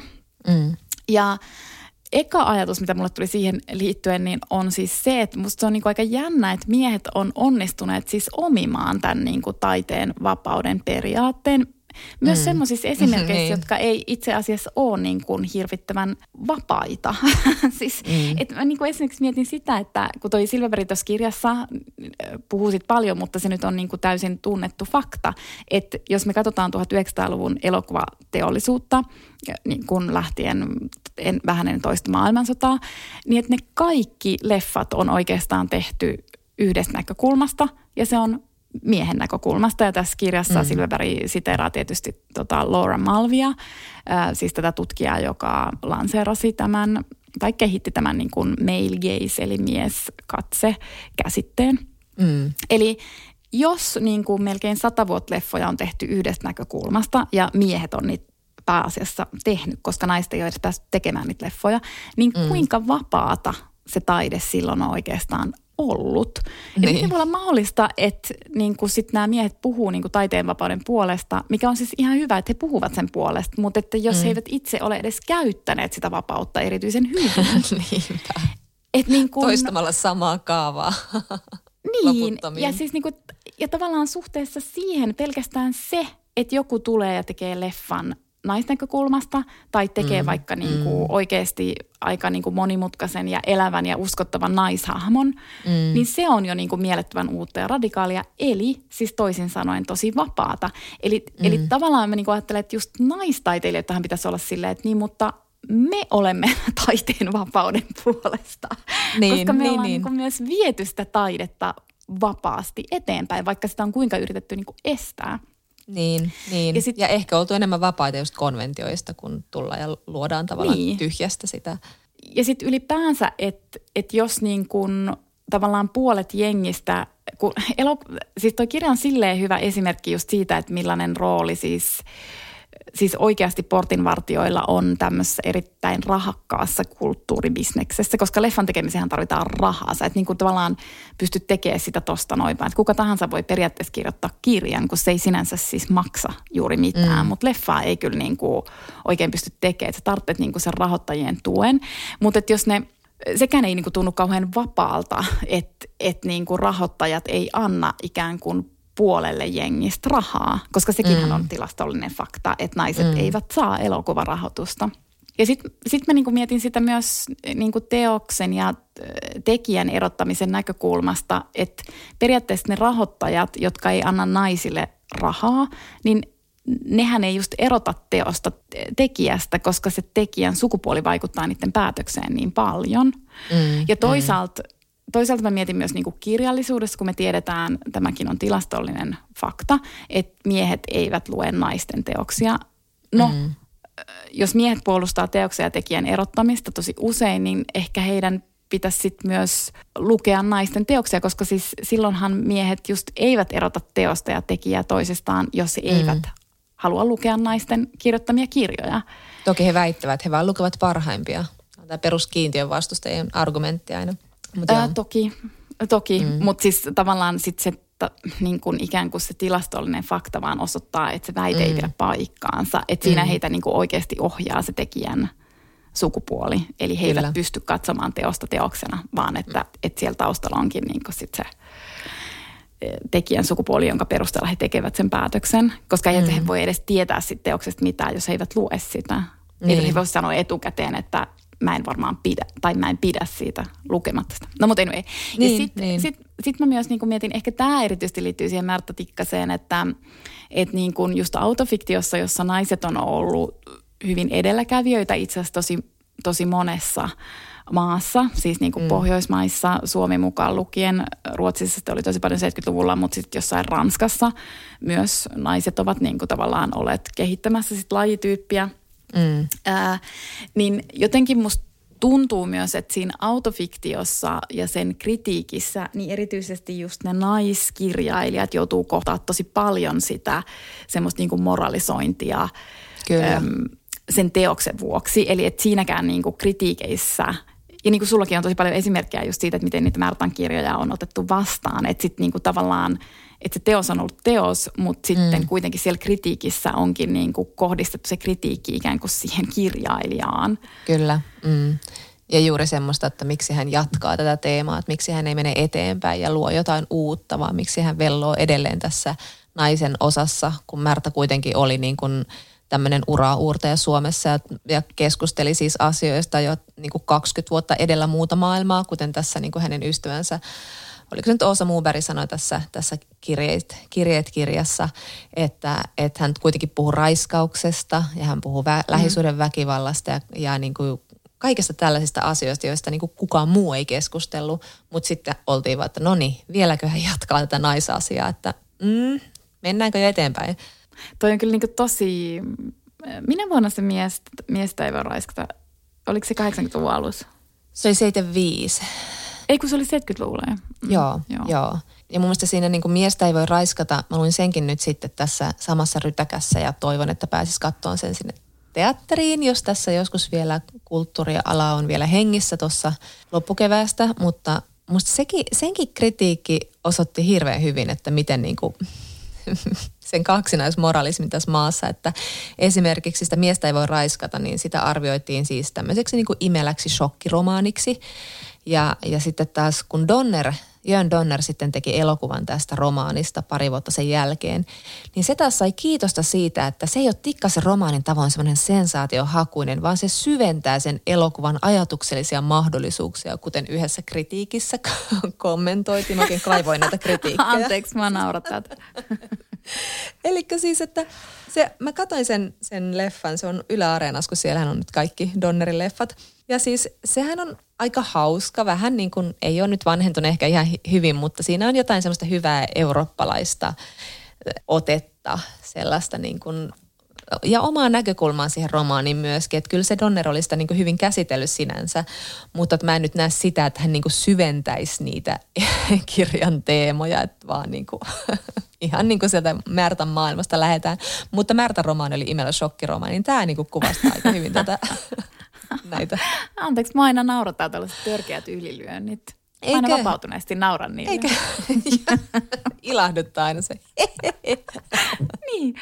Ja eka ajatus, mitä mulle tuli siihen liittyen, niin on siis se, että musta se on niinku aika jännä, että miehet on onnistuneet siis omimaan tämän niinku taiteen vapauden periaatteen. Myös semmoisissa esimerkkeissä, jotka ei itse asiassa ole niin kuin hirvittävän vapaita. Siis, että mä niin kuin esimerkiksi mietin sitä, että kun toi Silverberg tuossa kirjassa puhuu sit paljon, mutta se nyt on niin kuin täysin tunnettu fakta, että jos me katsotaan 1900-luvun elokuvateollisuutta, niin kun lähtien vähän ennen toista maailmansotaa, niin että ne kaikki leffat on oikeastaan tehty yhdestä näkökulmasta ja se on miehen näkökulmasta. Ja tässä kirjassa Silverberg siteeraa tietysti Laura Mulveyä, siis tätä tutkijaa, joka lanseerasi tämän tai kehitti tämän niin kuin male gaze, eli mieskatse-käsitteen. Eli jos niin kuin melkein 100 vuotta leffoja on tehty yhdestä näkökulmasta ja miehet on niitä pääasiassa tehnyt, koska naiset ei ole edes päässyt tekemään niitä leffoja, niin kuinka vapaata se taide silloin on oikeastaan ollut. Ja miten voi olla mahdollista, että niin sit nämä miehet puhuu niin taiteenvapauden puolesta, mikä on siis ihan hyvä, että he puhuvat sen puolesta, mutta että jos he eivät itse ole edes käyttäneet sitä vapautta erityisen hyvin. Niinpä. Niin toistamalla samaa kaavaa. Niin, ja siis niin kuin, ja tavallaan suhteessa siihen pelkästään se, että joku tulee ja tekee leffan naisnäkökulmasta tai tekee vaikka niin kuin oikeasti aika niin kuin monimutkaisen ja elävän ja uskottavan naishahmon, niin se on jo niin kuin mielettömän uutta ja radikaalia, eli siis toisin sanoen tosi vapaata. Eli tavallaan mä niin kuin ajattelen, että just naistaiteilijoitahan pitäisi olla silleen, että niin, mutta me olemme taiteen vapauden puolesta, koska me ollaan niin kuin myös viety sitä taidetta vapaasti eteenpäin, vaikka sitä on kuinka yritetty niin kuin estää. Niin. Ja ehkä oltu enemmän vapaita just konventioista, kun tullaan ja luodaan tavallaan tyhjästä sitä. Ja sitten ylipäänsä, että jos niin kun tavallaan puolet jengistä, siis toi kirja on silleen hyvä esimerkki just siitä, että millainen rooli siis oikeasti portinvartijoilla on tämmöisessä erittäin rahakkaassa kulttuuribisneksessä, koska leffan tekemiseen tarvitaan rahaa. Sä et niin kuin tavallaan pysty tekemään sitä tosta noin päin. Kuka tahansa voi periaatteessa kirjoittaa kirjan, kun se ei sinänsä siis maksa juuri mitään, mutta leffaa ei kyllä niin kuin oikein pysty tekemään. Sä tarvitset niin kuin sen rahoittajien tuen, mutta jos sekään ei niin kuin tunnu kauhean vapaalta, että niin kuin rahoittajat ei anna ikään kuin puolelle jengistä rahaa, koska sekinhän on tilastollinen fakta, että naiset eivät saa elokuvarahoitusta. Ja sitten mä niinku mietin sitä myös niinku teoksen ja tekijän erottamisen näkökulmasta, että periaatteessa ne rahoittajat, jotka ei anna naisille rahaa, niin nehän ei just erota teosta tekijästä, koska se tekijän sukupuoli vaikuttaa niiden päätökseen niin paljon. Ja toisaalta mä mietin myös niinku kirjallisuudessa, kun me tiedetään, tämäkin on tilastollinen fakta, että miehet eivät lue naisten teoksia. Jos miehet puolustaa teoksia ja tekijän erottamista tosi usein, niin ehkä heidän pitäisi sit myös lukea naisten teoksia, koska siis silloinhan miehet just eivät erota teosta ja tekijää toisistaan, jos eivät halua lukea naisten kirjoittamia kirjoja. Toki he väittävät, että he vaan lukevat parhaimpia. Tämä peruskiintiön vastustajien argumentti aina. Toki, mutta siis tavallaan sitten se niin kuin ikään kuin se tilastollinen fakta vaan osoittaa, että se väite ei pidä paikkaansa. Että siinä heitä niin kuin oikeasti ohjaa se tekijän sukupuoli. Eli he eivät pysty katsomaan teosta teoksena, vaan että siellä taustalla onkin niin kuin sit se tekijän sukupuoli, jonka perusteella he tekevät sen päätöksen. Koska he voi edes tietää siitä teoksesta mitään, jos he eivät lue sitä. Eli he voisivat sanoa etukäteen, että mä en varmaan pidä, tai mä en pidä siitä lukematta sitä. No mutta anyway. Sitten mä myös niin mietin, ehkä tämä erityisesti liittyy siihen Märta Tikkaseen, että niin kuin just autofiktiossa, jossa naiset on ollut hyvin edelläkävijöitä itse asiassa tosi monessa maassa, siis niin kuin Pohjoismaissa, Suomi mukaan lukien, Ruotsissa sitä oli tosi paljon 70-luvulla, mutta sitten jossain Ranskassa myös naiset ovat niin kuin tavallaan olleet kehittämässä sit lajityyppiä. Niin jotenkin musta tuntuu myös, että siinä autofiktiossa ja sen kritiikissä, niin erityisesti just ne naiskirjailijat joutuu kohtaamaan tosi paljon sitä semmoista niin kuin moralisointia sen teoksen vuoksi. Eli että siinäkään niin kuin kritiikeissä, ja niin kuin sullakin on tosi paljon esimerkkejä just siitä, että miten niitä Märtan kirjoja on otettu vastaan. Että sitten niin kuin tavallaan, että se teos on ollut teos, mutta sitten kuitenkin siellä kritiikissä onkin niin kuin kohdistettu se kritiikki ikään kuin siihen kirjailijaan. Kyllä. Ja juuri semmoista, että miksi hän jatkaa tätä teemaa, että miksi hän ei mene eteenpäin ja luo jotain uutta, vaan miksi hän velloo edelleen tässä naisen osassa, kun Märta kuitenkin oli niin kuin tämmöinen ura-uurtaja Suomessa ja keskusteli siis asioista jo niin kuin 20 vuotta edellä muuta maailmaa, kuten tässä niin kuin hänen ystävänsä, oliko se nyt Åsa Moberg sanoi tässä kirjeet-kirjassa, että hän kuitenkin puhuu raiskauksesta ja hän puhuu lähisuhden väkivallasta ja niin kuin kaikista tällaisista asioista, joista niin kuin kukaan muu ei keskustellut, mutta sitten oltiin vaan, että no niin, vieläkö hän jatkaa tätä naisasiaa, että mennäänkö jo eteenpäin? Toi on kyllä niin kuin tosi, minä vuonna se miestä ei voi raiskata, oliko se 80-luvun alussa? Se oli 75. Ei kun se oli 70-luvulla jo. Joo. Ja mun mielestä siinä niin kuin miestä ei voi raiskata, mä luin senkin nyt sitten tässä samassa rytäkässä ja toivon, että pääsis katsomaan sen sinne teatteriin, jos tässä joskus vielä kulttuuriala on vielä hengissä tuossa loppukeväästä, mutta musta senkin kritiikki osoitti hirveän hyvin, että miten niin kuin sen kaksinaismoralismi tässä maassa, että esimerkiksi sitä miestä ei voi raiskata, niin sitä arvioitiin siis tämmöiseksi niin kuin imeläksi shokkiromaaniksi. Ja sitten taas kun Jörn Donner sitten teki elokuvan tästä romaanista pari vuotta sen jälkeen, niin se taas sai kiitosta siitä, että se ei ole Tikkasen romaanin tavoin semmoinen sensaatiohakuinen, vaan se syventää sen elokuvan ajatuksellisia mahdollisuuksia, kuten yhdessä kritiikissä kommentoitiin. Mä oikein kaivoin näitä kritiikkejä. Anteeksi, mä naurattaa. Elikkä siis, että mä katsoin sen leffan, se on Yle Areenassa, kun siellähän on nyt kaikki Donnerin leffat. Ja siis sehän on aika hauska, vähän niin kuin, ei ole nyt vanhentunut ehkä ihan hyvin, mutta siinä on jotain semmoista hyvää eurooppalaista otetta, sellaista niin kuin, ja omaa näkökulmaa siihen romaaniin myöskin, että kyllä se Donner oli sitä niin kuin hyvin käsitellyt sinänsä, mutta että mä en nyt näe sitä, että hän niin kuin syventäisi niitä kirjan teemoja, että vaan niin kuin, ihan niin kuin sieltä Märtan maailmasta lähdetään. Mutta Märtan romaani oli imelä shokkiromaani, niin tämä niin kuin kuvastaa aika hyvin tätä näitä. Anteeksi, mä aina naurattaa tällaiset törkeät ylilyönnit. Mä aina vapautuneesti nauran niille. Eikä? Ilahduttaa aina se. Niin.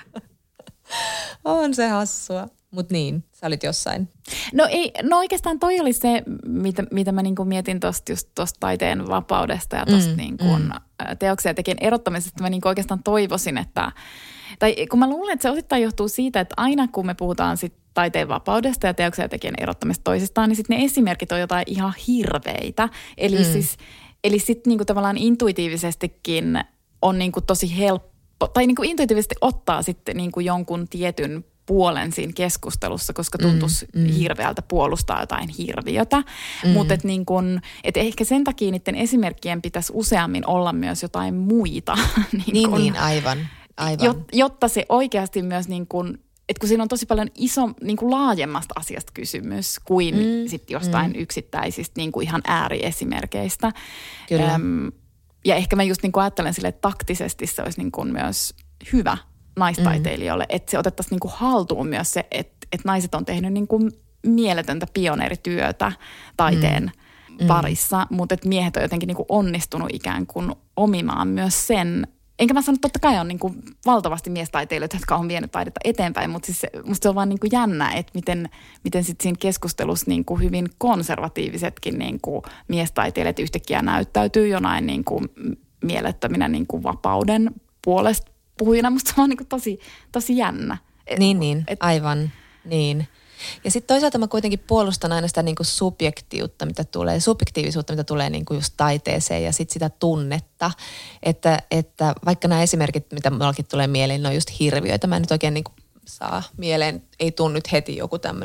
On se hassua. Mut niin, sä olit jossain. No oikeastaan toi oli se, mitä mä niinku mietin tuosta taiteen vapaudesta ja tuosta niinku teoksia tekijän erottamisesta. Mä niinku oikeastaan toivoisin, että, tai kun mä luulen, että se osittain johtuu siitä, että aina kun me puhutaan sit taiteen vapaudesta ja teoksia tekijän erottamista toisistaan, niin sitten ne esimerkit on jotain ihan hirveitä. Eli sitten niinku tavallaan intuitiivisestikin on niinku tosi helppo, tai niinku intuitiivisesti ottaa sitten niinku jonkun tietyn puolen siinä keskustelussa, koska tuntuisi hirveältä puolustaa jotain hirviötä. Mutta et ehkä sen takia niiden esimerkkien pitäisi useammin olla myös jotain muita. Niin, aivan. Jotta se oikeasti myös niin kuin että kun siinä on tosi paljon iso niin kuin laajemmasta asiasta kysymys kuin sitten jostain yksittäisistä niin kuin ihan ääriesimerkeistä. Kyllä. Ja ehkä mä just niin kuin ajattelen silleen, että taktisesti se olisi niin kuin myös hyvä naistaiteilijoille, että se otettaisiin niin kuin haltuun myös se, että naiset on tehnyt niin kuin mieletöntä pioneerityötä taiteen parissa, mutta että miehet on jotenkin niin kuin onnistunut ikään kuin omimaan myös sen. Enkä mä sano, että totta kai on niin kuin valtavasti miestaiteilijoita, jotka on vienyt taidetta eteenpäin, mutta siis musta se on vaan niin kuin jännä, että miten sitten siinä keskustelussa niin kuin hyvin konservatiivisetkin niin kuin miestaiteilijat yhtäkkiä näyttäytyy jonain niin kuin mielettöminä niin kuin vapauden puolesta puhujina. Musta se on niin kuin tosi jännä. Aivan, niin. Ja sitten toisaalta mä kuitenkin puolustan aina sitä niinku subjektiivisuutta, mitä tulee niinku just taiteeseen ja sitten sitä tunnetta. Että vaikka nämä esimerkit, mitä mullakin tulee mieleen, ne on just hirviöitä. Mä en nyt oikein niinku saa mieleen, ei tule nyt heti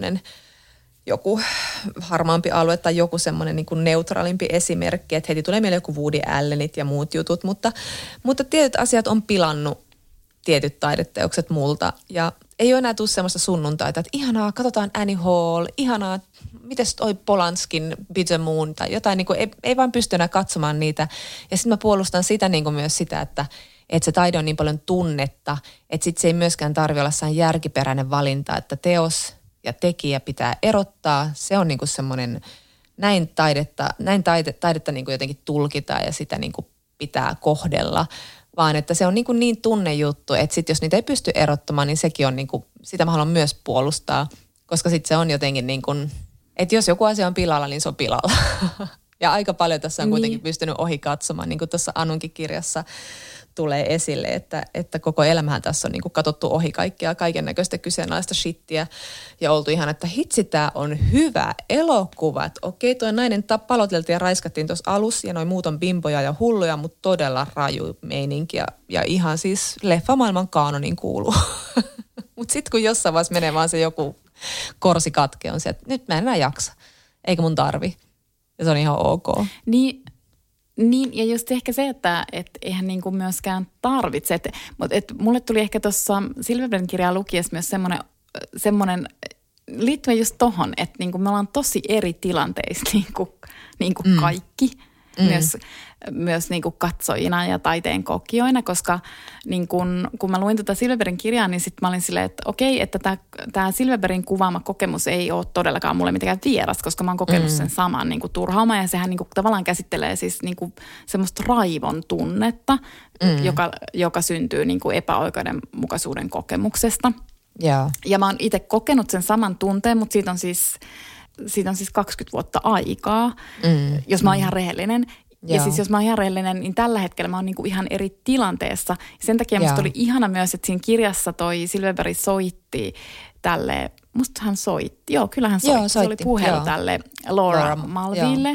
joku harmaampi alue tai joku semmoinen niinku neutraalimpi esimerkki. Että heti tulee mieleen joku Woody Allenit ja muut jutut, mutta tietyt asiat on pilannut tietyt taideteokset multa ja ei ole enää tule semmoista sunnuntaita, että ihanaa, katsotaan Annie Hall, ihanaa, mites toi Polanskin Bitter Moon tai jotain, niin kuin, ei vaan pysty enää katsomaan niitä. Ja sitten mä puolustan sitä niin kuin myös sitä, että se taide on niin paljon tunnetta, että sitten se ei myöskään tarvitse olla sellainen järkiperäinen valinta, että teos ja tekijä pitää erottaa. Se on niin kuin semmoinen, näin taidetta niin kuin jotenkin tulkitaan ja sitä niin kuin pitää kohdella. Vaan että se on niin tunnejuttu, että sit jos niitä ei pysty erottamaan, niin sekin on sitä mä haluan myös puolustaa. Koska sitten se on jotenkin että jos joku asia on pilalla, niin se on pilalla. Ja aika paljon tässä on kuitenkin pystynyt ohi katsomaan, niin kuin tuossa Anunkin kirjassa tulee esille, että koko elämähän tässä on katsottu ohi kaiken näköistä kyseenalaista shittiä ja oltu ihan, että hitsi, tää on hyvä elokuva. Että okei, tuo nainen paloteltiin ja raiskattiin tuossa alussa ja noin muut on bimboja ja hulluja, mutta todella raju meininki ja ihan siis leffamaailman kaanonin kuuluu. Mutta sitten kun jossain vaiheessa menee vaan se joku korsi katke, on se, että nyt mä en enää jaksa, eikä mun tarvi. Ja se on ihan ok. Niin, ja just ehkä se, että eihän niinku myöskään tarvitse. Mutta mulle tuli ehkä tuossa Silverbergin kirjaa lukiessa myös semmoinen liittyen just tohon, että niinku me ollaan tosi eri tilanteissa niinku kaikki. Myös niin kuin katsojina ja taiteen kokijoina, koska niin kun mä luin tätä Silverbergin kirjaa, niin sitten mä olin silleen, että okei, että tämä Silverbergin kuvaama kokemus ei ole todellakaan mulle mitenkään vieras, koska mä oon kokenut sen saman niin kuin turhauma ja sehän niin kuin tavallaan käsittelee siis niin kuin semmoista raivon tunnetta, joka syntyy niin kuin epäoikeudenmukaisuuden kokemuksesta. Yeah. Ja mä oon itse kokenut sen saman tunteen, mutta siitä on siis 20 vuotta aikaa, jos mä oon ihan rehellinen. Ja siis jos mä oon ihan rehellinen, niin tällä hetkellä mä oon niinku ihan eri tilanteessa. Sen takia musta oli ihana myös, että siinä kirjassa toi Silverberg soitti tälle, musta hän soitti, kyllä hän soitti. Se oli puhelu tälle Laura Mulveylle.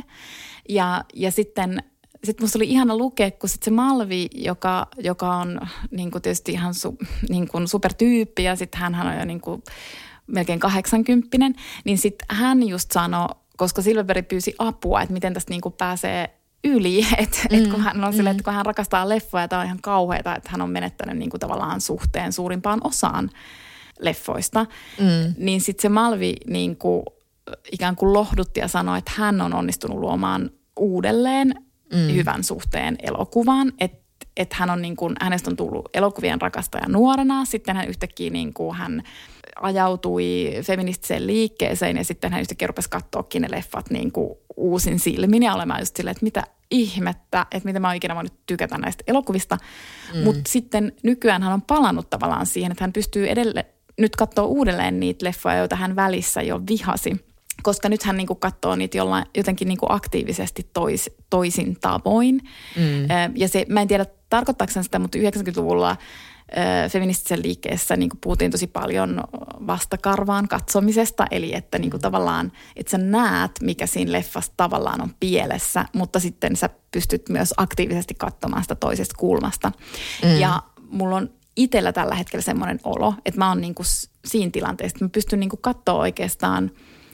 Ja sitten musta oli ihana lukea, kun sitten se Mulvey, joka on niinku tietysti ihan niinku supertyyppi ja sitten hänhän on jo niinku melkein 80, niin sitten hän just sanoi, koska Silverberg pyysi apua, että miten tästä niinku pääsee yli, että kun hän on silleen, että kun hän rakastaa leffoja ja tämä on ihan kauheata, että hän on menettänyt niinku tavallaan suhteen suurimpaan osaan leffoista, niin sitten se Mulvey niinku ikään kuin lohdutti ja sanoi, että hän on onnistunut luomaan uudelleen hyvän suhteen elokuvaan, että hän on hänestä on tullut elokuvien rakastaja nuorena, sitten hän yhtäkkiä hän ajautui feministiseen liikkeeseen ja sitten hän yhtäkkiä rupesi katsoakin ne leffat uusin silmin ja olemaan just silleen, että mitä ihmettä, että miten mä oon ikinä voinut tykätä näistä elokuvista. Mutta sitten nykyään hän on palannut tavallaan siihen, että hän pystyy nyt katsoa uudelleen niitä leffoja, joita hän välissä jo vihasi. Koska nyt hän katsoo niitä jotenkin aktiivisesti toisin tavoin. Ja se, mä en tiedä tarkoittaako sitä, mutta 90-luvulla feministisessä liikkeessä puhuttiin tosi paljon vastakarvaan katsomisesta. Eli että tavallaan, että sä näet, mikä siinä leffassa tavallaan on pielessä, mutta sitten sä pystyt myös aktiivisesti katsomaan sitä toisesta kulmasta. Ja mulla on itsellä tällä hetkellä semmoinen olo, että mä oon siinä tilanteessa, että mä pystyn katsoa oikeastaan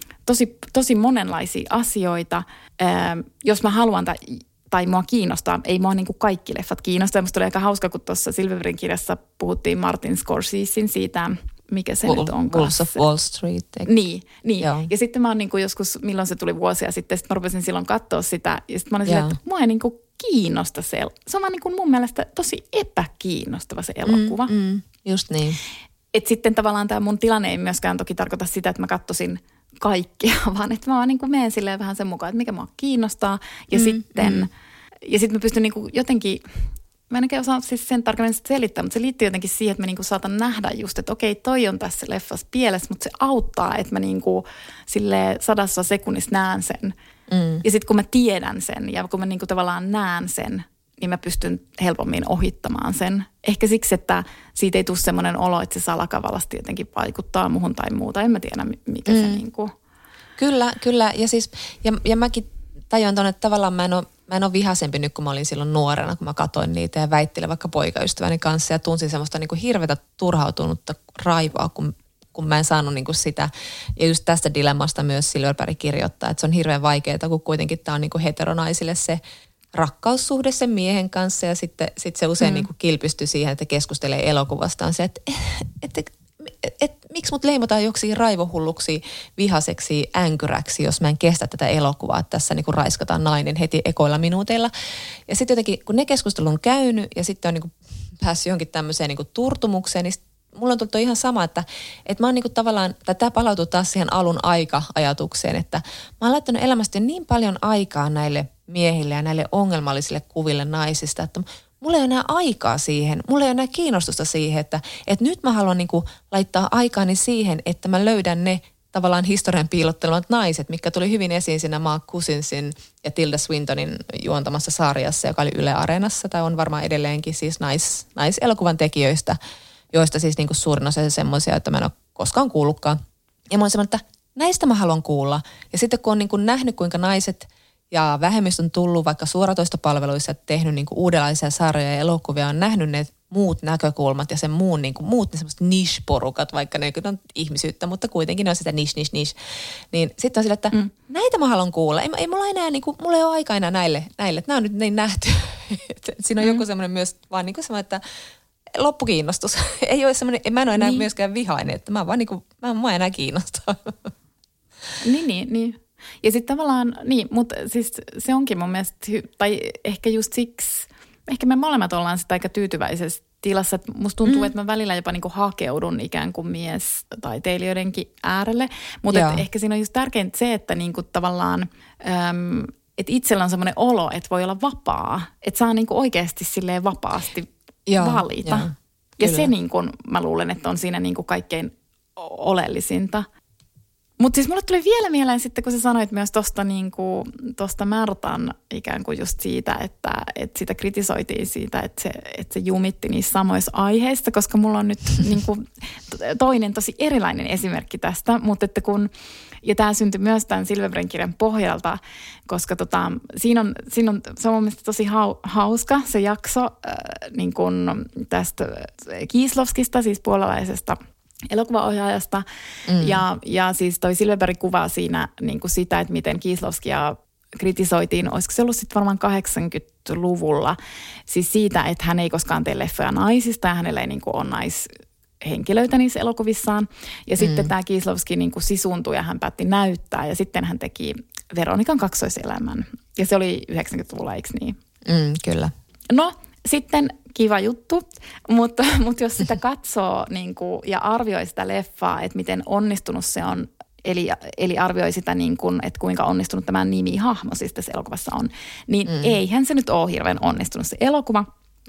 tosi monenlaisia asioita, jos mä haluan tai mua kiinnostaa. Ei mua kaikki leffat kiinnostaa. Musta oli aika hauska, kun tuossa Silverbergin kirjassa puhuttiin Martin Scorsesein siitä mikä se nyt on Wolves of Wall Street. Niin. Ja sitten mä oon niinku joskus, milloin se tuli vuosia sitten mä rupesin silloin katsoa sitä. Ja sitten mä olin silleen, että mua ei niinku kiinnosta se. Se on vaan niinku mun mielestä tosi epäkiinnostava se elokuva. Just niin. Et sitten tavallaan tämä mun tilanne ei myöskään toki tarkoita sitä, että mä katsoisin kaikkia, vaan että mä vaan niinku menen silleen vähän sen mukaan, että mikä mua kiinnostaa. Ja sitten mä pystyn niinku jotenkin, mä en oikein osaa siis sen tarkemmin selittää, mutta se liittyy jotenkin siihen, että mä niinku saatan nähdä just, että okei, toi on tässä leffassa pielessä, mutta se auttaa, että mä niinku silleen 100 sekunnissa näen sen. Ja sitten kun mä tiedän sen ja kun mä niinku tavallaan näen sen, niin mä pystyn helpommin ohittamaan sen. Ehkä siksi, että siitä ei tule semmoinen olo, että se salakavalasti jotenkin vaikuttaa muhun tai muuta. En mä tiedä, mikä se niinku. Kyllä. Ja siis, ja mäkin tajuan tuonne, että tavallaan mä en ole vihaisempi nyt, kun mä olin silloin nuorena, kun mä katsoin niitä ja väittelen vaikka poikaystäväni kanssa ja tunsin semmoista niinku hirveätä turhautunutta raivoa, kun mä en saanut niinku sitä. Ja just tästä dilemmasta myös Silverberg kirjoittaa, että se on hirveän vaikeaa, kun kuitenkin tämä on niinku heteronaisille se rakkaussuhde sen miehen kanssa ja sitten se usein niinku kilpistyy siihen, että keskustelee elokuvastaan se, että miksi mut leimataan joksiin raivohulluksi, vihaseksi, änkyräksi, jos mä en kestä tätä elokuvaa, että tässä niinku raiskataan nainen heti ekoilla minuuteilla. Ja sitten jotenkin, kun ne keskustelu on käynyt ja sitten on niinku päässyt johonkin tämmöiseen niinku turtumukseen, niin mulla on tullut ihan sama, että mä oon niinku tavallaan, tai tämä palautuu taas siihen alun aika-ajatukseen, että mä oon laittanut elämästä niin paljon aikaa näille miehille ja näille ongelmallisille kuville naisista, että mulla ei ole enää aikaa siihen, mulla ei ole enää kiinnostusta siihen, että nyt mä haluan niinku laittaa aikaani siihen, että mä löydän ne tavallaan historian piilottelemat naiset, mitkä tuli hyvin esiin siinä Mark Cousinsin ja Tilda Swintonin juontamassa sarjassa, joka oli Yle Areenassa, tai on varmaan edelleenkin siis naiselokuvan tekijöistä, joista siis niinku suurin osa semmoisia, että mä en ole koskaan kuullutkaan. Ja mä oon semmoinen, että näistä mä haluan kuulla. Ja sitten kun on niinku nähnyt, kuinka naiset ja vähemmistö on tullut vaikka suoratoistopalveluissa ja tehnyt niinku uudenlaisia sarjoja ja elokuvia, on nähnyt ne muut näkökulmat ja sen muun, niinku, muut ne semmoiset niche-porukat, vaikka ne on ihmisyyttä, mutta kuitenkin ne on sitä niche. Niin sitten on sillä, että näitä mä haluan kuulla. Ei mulla enää, niinku, mulla ei ole aikaa enää näille. Nämä on nyt niin nähty. Siinä on joku semmoinen myös vaan niinku semmoinen, että loppukiinnostus. Ei ole semmoinen, mä en ole enää myöskään vihainen, että mä vaan niinku, mua enää kiinnostaa. Niin. Ja sitten tavallaan, mutta siis se onkin mun mielestä, tai ehkä just siksi, ehkä me molemmat ollaan sitä aika tyytyväisessä tilassa, että musta tuntuu, että mä välillä jopa niinku hakeudun ikään kuin miestaiteilijoidenkin äärelle, mutta ehkä siinä on just tärkeintä se, että niinku tavallaan, että itsellä on semmoinen olo, että voi olla vapaa, että saa niinku oikeasti silleen vapaasti valita. Ja se niin kuin mä luulen, että on siinä niin kuin kaikkein oleellisinta. Mutta siis mulle tuli vielä mieleen sitten, kun sä sanoit myös tosta, niin kuin, tosta Märtan ikään kuin just siitä, että sitä kritisoitiin siitä, että se jumitti niissä samoissa aiheissa, koska mulla on nyt niin kuin toinen tosi erilainen esimerkki tästä, mutta että ja tämä syntyi myös tämän Silverbergin kirjan pohjalta, koska siinä on se on mun mielestä tosi hauska se jakso niin kuin tästä Kieslowskista, siis puolalaisesta elokuvaohjaajasta. Ja siis toi Silverberg kuvaa siinä niin kuin sitä, että miten Kieslowskia kritisoitiin, olisiko se ollut sitten varmaan 80-luvulla, siis siitä, että hän ei koskaan tee leffoja naisista ja hänellä ei niin kuin ole naishenkilöitä niissä elokuvissaan. Ja sitten tämä Kieslowski niin kuin sisuuntui ja hän päätti näyttää ja sitten hän teki Veronikan kaksoiselämän. Ja se oli 90-luvulla, eikö niin? Kyllä. No, sitten kiva juttu, mutta jos sitä katsoo niin kuin, ja arvioi sitä leffaa, että miten onnistunut se on, eli arvioi sitä, niin kuin, että kuinka onnistunut tämä nimihahmo siis tässä elokuvassa on, niin eihän se nyt ole hirveän onnistunut se elokuva.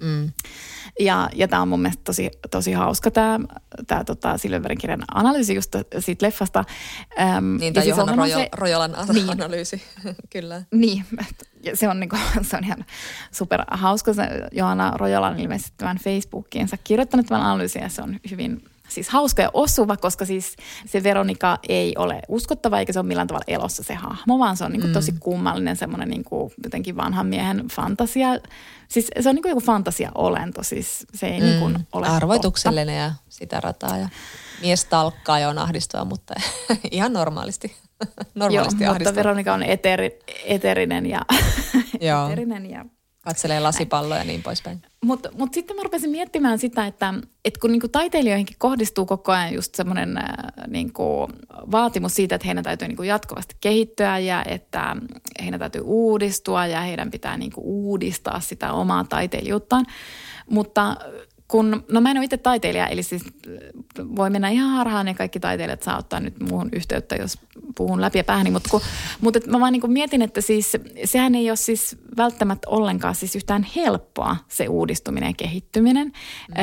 Ja tämä on mun mielestä tosi hauska tämä Silverbergin kirjan analyysi just siitä leffasta. Niin, tämä Johanna Rojolan analyysi, kyllä. Niin, se on ihan super hauska. Johanna Rojola on ilmeisesti tämän Facebookiinsa kirjoittanut tämän analyysin ja se on hyvin siis hauska ja osuva, koska siis se Veronika ei ole uskottava eikä se ole millään tavalla elossa se hahmo, vaan se on niin kuin tosi kummallinen semmoinen niin kuin jotenkin vanhan miehen fantasia. Siis se on niin kuin joku fantasia-olento, siis se ei niin kuin ole arvoituksellinen ja sitä rataa ja mies talkkaa ja on ahdistava, mutta ihan normaalisti. Joo, mutta Veronika on eteerinen ja Katselee lasipalloja ja niin poispäin. Mutta sitten mä rupesin miettimään sitä, että kun niinku taiteilijoihinkin kohdistuu koko ajan just semmoinen niinku vaatimus siitä, että heidän täytyy niinku jatkuvasti kehittyä ja että heidän täytyy uudistua ja heidän pitää niinku uudistaa sitä omaa taiteilijuuttaan. Mutta mä en ole itse taiteilija, eli siis voi mennä ihan harhaan ja kaikki taiteilijat saa ottaa nyt muuhun yhteyttä, jos puhun läpi ja päähäni. Mutta mä vaan niin mietin, että siis sehän ei ole siis välttämättä ollenkaan siis yhtään helppoa se uudistuminen ja kehittyminen,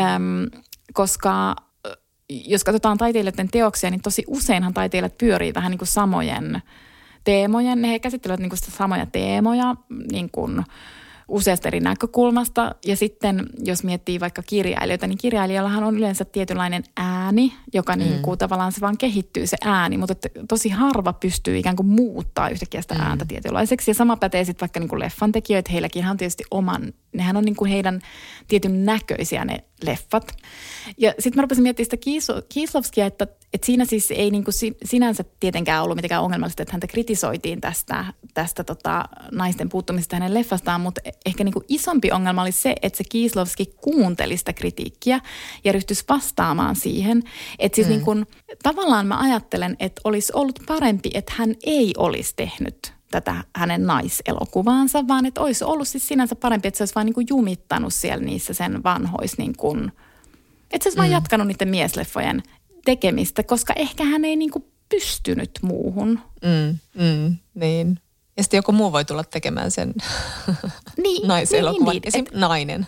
koska jos katsotaan taiteilijoiden teoksia, niin tosi useinhan taiteilijat pyörii vähän niin kuin samojen teemojen. He käsittelevät niin kuin sitä samoja teemoja niin kuin useasta eri näkökulmasta. Ja sitten jos miettii vaikka kirjailijoita, niin kirjailijallahan on yleensä tietynlainen ääni, joka niin kuin tavallaan se vaan kehittyy se ääni, mutta tosi harva pystyy ikään kuin muuttaa yhtäkkiä sitä ääntä tietynlaiseksi. Ja sama pätee sitten vaikka niin kuin leffan tekijöitä, heilläkin on tietysti nehän on niin kuin heidän tietyn näköisiä ne leffat. Ja sitten mä rupesin miettimään sitä Kieslowskia, että siinä siis ei niin kuin sinänsä tietenkään ollut mitenkään ongelmallista, että häntä kritisoitiin tästä naisten puuttumisesta hänen leffastaan, mutta ehkä niin kuin isompi ongelma oli se, että se Kieslowski kuunteli sitä kritiikkiä ja ryhtyisi vastaamaan siihen. Että siis niin kuin, tavallaan mä ajattelen, että olisi ollut parempi, että hän ei olisi tehnyt tätä hänen naiselokuvaansa, vaan että olisi ollut siis sinänsä parempi, että se olisi vaan niin kuin jumittanut siellä niissä sen vanhoissa, niin kuin, että se olisi vaan jatkanut niiden miesleffojen tekemistä, koska ehkä hän ei niin kuin pystynyt muuhun. Niin. Ja sitten joku muu voi tulla tekemään sen naiselokuvan. Niin, esimerkiksi nainen.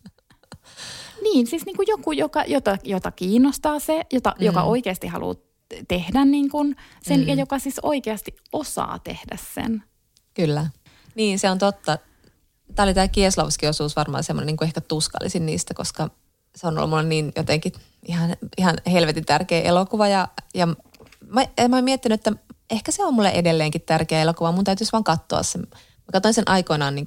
Niin, siis niin kuin joku, jota kiinnostaa se, joka oikeasti haluaa tehdä niin kuin sen ja joka siis oikeasti osaa tehdä sen. Kyllä. Niin, se on totta. Tämä oli tämä Kieslowski-osuus varmaan semmoinen niin kuin ehkä tuskallisin niistä, koska se on ollut mulle niin jotenkin ihan helvetin tärkeä elokuva. Ja mä oon miettinyt, että ehkä se on mulle edelleenkin tärkeä elokuva. Mun täytyisi vaan katsoa sen. Mä katsoin sen aikoinaan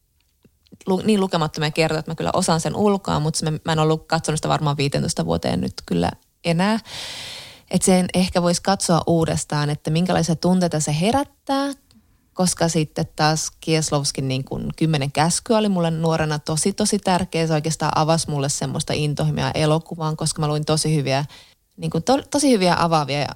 niin lukemattomia kertoja, että mä kyllä osaan sen ulkoa, mutta mä en ollut katsonut sitä varmaan 15 vuoteen nyt kyllä enää. Että sen ehkä voisi katsoa uudestaan, että minkälaisia tunteita se herättää, koska sitten taas Kieslowskin niin kuin 10 käskyä oli mulle nuorena tosi tärkeä. Se oikeastaan avasi mulle semmoista intohimoa elokuvaan, koska mä luin tosi hyviä, niin kuin tosi hyviä avaavia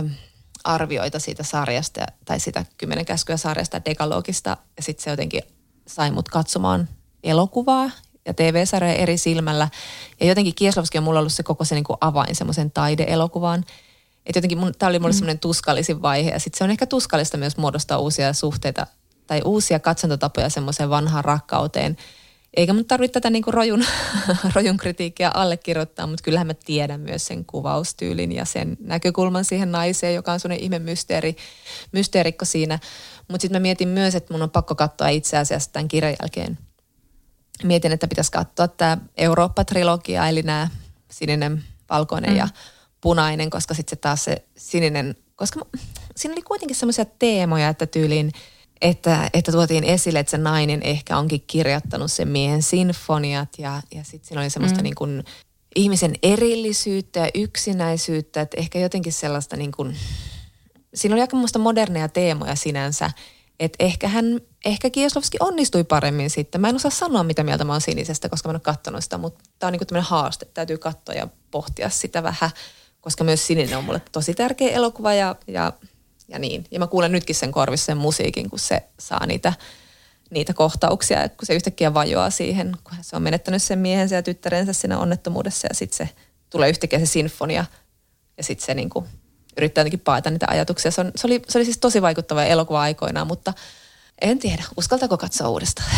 arvioita siitä sarjasta, tai sitä 10 käskyä sarjasta, Dekalogista. Ja sitten se jotenkin sai mut katsomaan elokuvaa ja TV-sarjoja eri silmällä. Ja jotenkin Kieslowski on mulla ollut se koko se niin kuin avain semmoisen taideelokuvaan. Että jotenkin tämä oli mulle semmoinen tuskallisin vaihe. Ja sitten se on ehkä tuskallista myös muodostaa uusia suhteita tai uusia katsontotapoja semmoiseen vanhaan rakkauteen. Eikä mun tarvitse tätä niin kuin rojun kritiikkiä allekirjoittaa, mutta kyllähän mä tiedän myös sen kuvaustyylin ja sen näkökulman siihen naiseen, joka on semmoinen ihme mysteerikko siinä. Mutta sitten mä mietin myös, että mun on pakko katsoa itse asiassa tämän kirjan jälkeen. Mietin, että pitäisi katsoa tämä Eurooppa-trilogia, eli nämä sininen, valkoinen ja punainen, koska sitten se taas se sininen, koska siinä oli kuitenkin semmoisia teemoja, että tyyliin, että tuotiin esille, että se nainen ehkä onkin kirjoittanut sen miehen sinfoniat ja sitten siinä oli semmoista niin kuin ihmisen erillisyyttä ja yksinäisyyttä, että ehkä jotenkin sellaista niin kuin, siinä oli aika muista moderneja teemoja sinänsä, että ehkä Kieslowski onnistui paremmin sitten. Mä en osaa sanoa, mitä mieltä mä oon sinisestä, koska mä en ole katsonut sitä, mutta tää on niin kuin tämmöinen haaste, täytyy katsoa ja pohtia sitä vähän, koska myös sininen on mulle tosi tärkeä elokuva ja niin. Ja mä kuulen nytkin sen korvissa sen musiikin, kun se saa niitä kohtauksia, kun se yhtäkkiä vajoaa siihen, kun se on menettänyt sen miehensä ja tyttärensä siinä onnettomuudessa ja sitten se tulee yhtäkkiä se sinfonia ja sitten se niinku yrittää jotenkin paeta niitä ajatuksia. Se oli siis tosi vaikuttava elokuva aikoinaan, mutta en tiedä, uskaltaako katsoa uudestaan.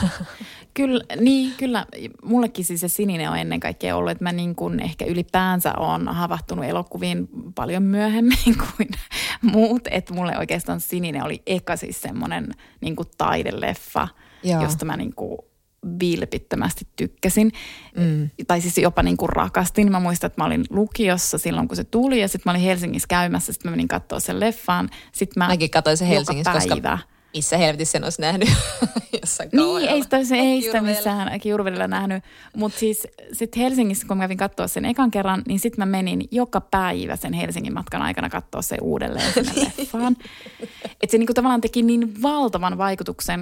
Kyllä. Mullekin siis se sininen on ennen kaikkea ollut, että mä niin kuin ehkä ylipäänsä oon havahtunut elokuviin paljon myöhemmin kuin muut. Että mulle oikeastaan sininen oli eka siis semmoinen niin kuin taideleffa, josta mä niin kuin vilpittömästi tykkäsin. Tai siis jopa niin kuin rakastin. Mä muistan, että mä olin lukiossa silloin, kun se tuli ja sitten mä olin Helsingissä käymässä. Sitten mä menin katsoa sen leffaan. Mäkin katsoin sen Helsingissä, koska missä helvetissä sen olisi nähnyt jossain kauhealla. Niin, ei sitä missään Kiuruvedellä nähnyt. Mutta siis sitten Helsingissä, kun mä kävin katsoa sen ekan kerran, niin sitten mä menin joka päivä sen Helsingin matkan aikana katsoa sen uudelleen sinne leffaan. Että se niinku tavallaan teki niin valtavan vaikutuksen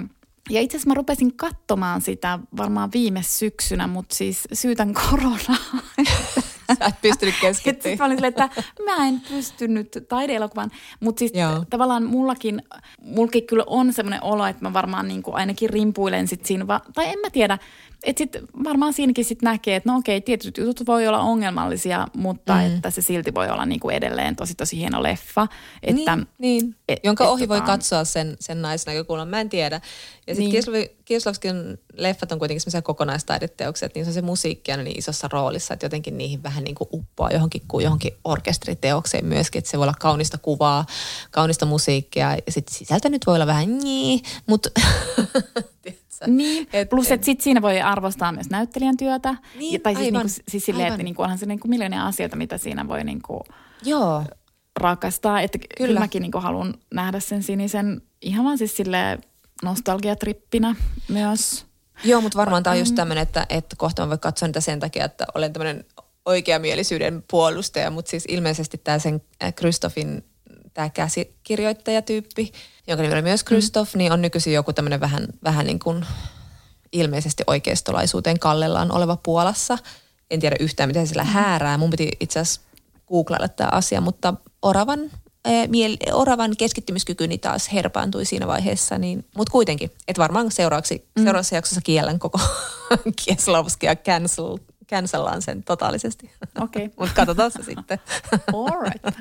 Ja itse asiassa mä rupesin katsomaan sitä varmaan viime syksynä, mutta siis syytän koronaa. Sä et pystynyt keskittymään. Sitten mä olin silleen, että mä en pystynyt taide-elokuvan. Mutta siis tavallaan mullakin kyllä on semmoinen olo, että mä varmaan niin kuin ainakin rimpuilen sit siinä. Tai en mä tiedä, että sitten varmaan siinäkin sit näkee, että no okei, tietyt jutut voi olla ongelmallisia, mutta että se silti voi olla niin kuin edelleen tosi hieno leffa. Että, niin. Jonka ohi voi katsoa sen naisnäkökulman, mä en tiedä. Ja sitten Kieslowskin leffat on kuitenkin semmoisia kokonaistaideteoksia, että niin se on se musiikki aina niin isossa roolissa, että jotenkin niihin vähän niin kuin uppoaa johonkin orkesteriteokseen myöskin, että se voi olla kaunista kuvaa, kaunista musiikkia ja sitten sisältö nyt voi olla vähän mutta niin, plus että sitten siinä voi arvostaa myös näyttelijän työtä. Niin, tai siis, niinku, siis silleen, että niinku, onhan se niinku miljoonia asioita, mitä siinä voi niinku rakastaa. Että kyllä mäkin niinku haluan nähdä sen sinisen ihan vaan siis silleen nostalgiatrippinä myös. Joo, mutta varmaan tämä on just tämmöinen, että kohta mä voin katsoa niitä sen takia, että olen tämmöinen oikeamielisyyden puolustaja, mutta siis ilmeisesti tämä sen Christophin tämä käsikirjoittajatyyppi, jonka nimi oli myös Christoph, niin on nykyisin joku tämmöinen vähän niin kuin ilmeisesti oikeistolaisuuteen kallellaan oleva Puolassa. En tiedä yhtään, miten sillä häärää. Mun piti itse asiassa googlailla tämä asia, mutta oravan keskittymiskykyni taas herpaantui siinä vaiheessa. Niin, mutta kuitenkin, että varmaan seuraavassa jaksossa kiellän koko Kieslowskia cancellaan sen totaalisesti. Okei. Mutta katsotaan se sitten. All right.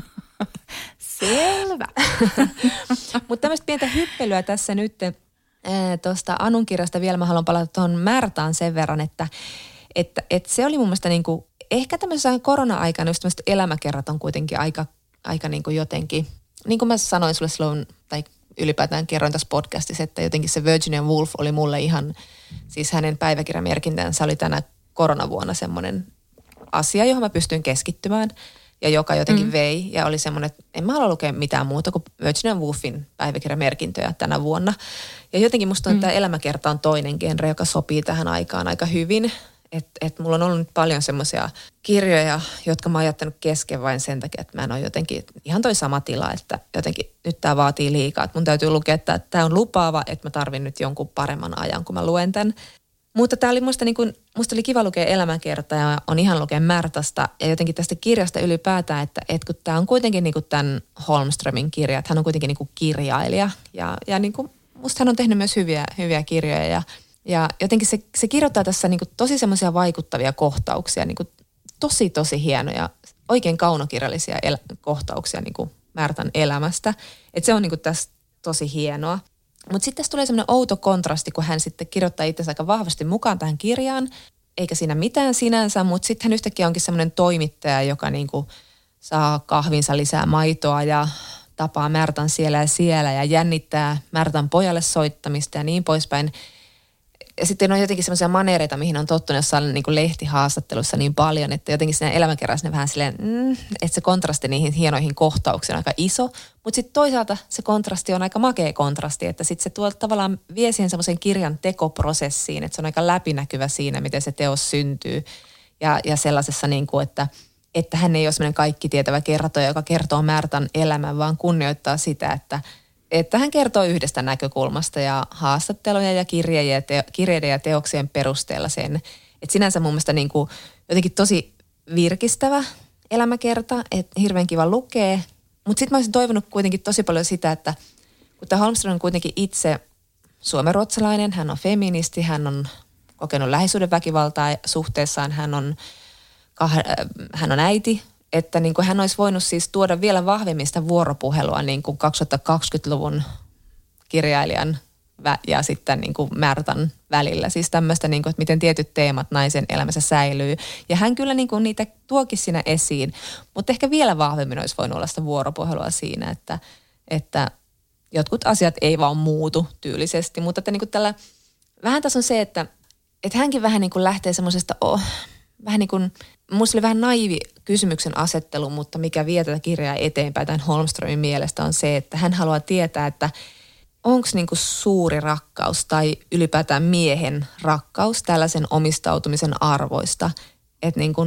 Selvä. Mutta tämmöistä pientä hyppelyä tässä nyt tuosta Anun kirjasta vielä. Mä haluan palata tuohon Märtaan sen verran, että se oli mun mielestä niinku, ehkä tämmöisessä korona-aikana just tämmöiset elämäkerrat on kuitenkin aika niinku jotenkin, niin kuin mä sanoin sulle silloin, tai ylipäätään kerroin tässä podcastissa, että jotenkin se Virginia Woolf oli mulle ihan, siis hänen päiväkirjamerkintänsä oli tänä koronavuonna semmoinen asia, johon mä pystyin keskittymään. Ja joka jotenkin vei ja oli semmoinen, että en mä halua lukea mitään muuta kuin Virginia Woolfin päiväkirjamerkintöjä tänä vuonna. Ja jotenkin musta on tämä elämäkerta on toinen genre, joka sopii tähän aikaan aika hyvin. Että mulla on ollut nyt paljon semmoisia kirjoja, jotka mä oon jättänyt kesken vain sen takia, että mä en ole jotenkin ihan toi sama tila, että jotenkin nyt tää vaatii liikaa. Että mun täytyy lukea, että tää on lupaava, että mä tarvin nyt jonkun paremman ajan, kun mä luen tämän. Mutta tämä oli musta oli kiva lukea elämäkerta ja on ihan lukea Märtasta ja jotenkin tästä kirjasta ylipäätään, että kun tämä on kuitenkin niin kuin tämän Holmströmin kirja, että hän on kuitenkin niin kuin kirjailija ja niin kuin musta hän on tehnyt myös hyviä kirjoja ja jotenkin se kirjoittaa tässä niin kuin tosi semmoisia vaikuttavia kohtauksia, niin kuin tosi hienoja, oikein kaunokirjallisia kohtauksia niin kuin Märtan elämästä, että se on niin kuin tässä tosi hienoa. Mutta sitten tässä tulee semmoinen outo kontrasti, kun hän sitten kirjoittaa itsensä aika vahvasti mukaan tähän kirjaan, eikä siinä mitään sinänsä, mutta sitten hän yhtäkkiä onkin semmoinen toimittaja, joka niinku saa kahvinsa lisää maitoa ja tapaa Märtan siellä ja jännittää Märtan pojalle soittamista ja niin poispäin. Ja sitten on jotenkin semmoisia maneereita, mihin on tottunut jossain niin kuin lehtihaastattelussa niin paljon, että jotenkin siinä elämäkerrassa ne vähän silleen, että se kontrasti niihin hienoihin kohtauksiin on aika iso. Mutta sitten toisaalta se kontrasti on aika makea kontrasti, että sitten se tuo tavallaan vie siihen semmoisen kirjan tekoprosessiin, että se on aika läpinäkyvä siinä, miten se teos syntyy. Ja sellaisessa niin kuin, että hän ei ole semmoinen kaikki tietävä kertoja, joka kertoo Märtan elämän, vaan kunnioittaa sitä, että hän kertoo yhdestä näkökulmasta ja haastatteluja ja kirjeiden ja teoksien perusteella sen. Että sinänsä mun mielestä niin kuin jotenkin tosi virkistävä elämäkerta, että hirveän kiva lukea. Mutta sitten mä olisin toivonut kuitenkin tosi paljon sitä, että kun tämä Holmström on kuitenkin itse suomenruotsalainen, hän on feministi, hän on kokenut lähisuhdeväkivaltaa suhteessaan, hän on äiti. Että niin kuin hän olisi voinut siis tuoda vielä vahvemmista vuoropuhelua niin kuin 2020-luvun kirjailijan ja sitten niin kuin Märtan välillä. Siis tämmöistä, niin kuin, että miten tietyt teemat naisen elämässä säilyy. Ja hän kyllä niin kuin niitä tuokin siinä esiin, mutta ehkä vielä vahvemmin olisi voinut olla sitä vuoropuhelua siinä, että jotkut asiat ei vaan muutu tyylisesti. Mutta että niin kuin tällä, vähän tässä on se, että hänkin vähän niin kuin lähtee semmoisesta, vähän niin kuin, musta oli vähän naivi kysymyksen asettelu, mutta mikä vie tätä kirjaa eteenpäin tämän Holmströmin mielestä on se, että hän haluaa tietää, että onko niinku suuri rakkaus tai ylipäätään miehen rakkaus tällaisen omistautumisen arvoista, että niinku,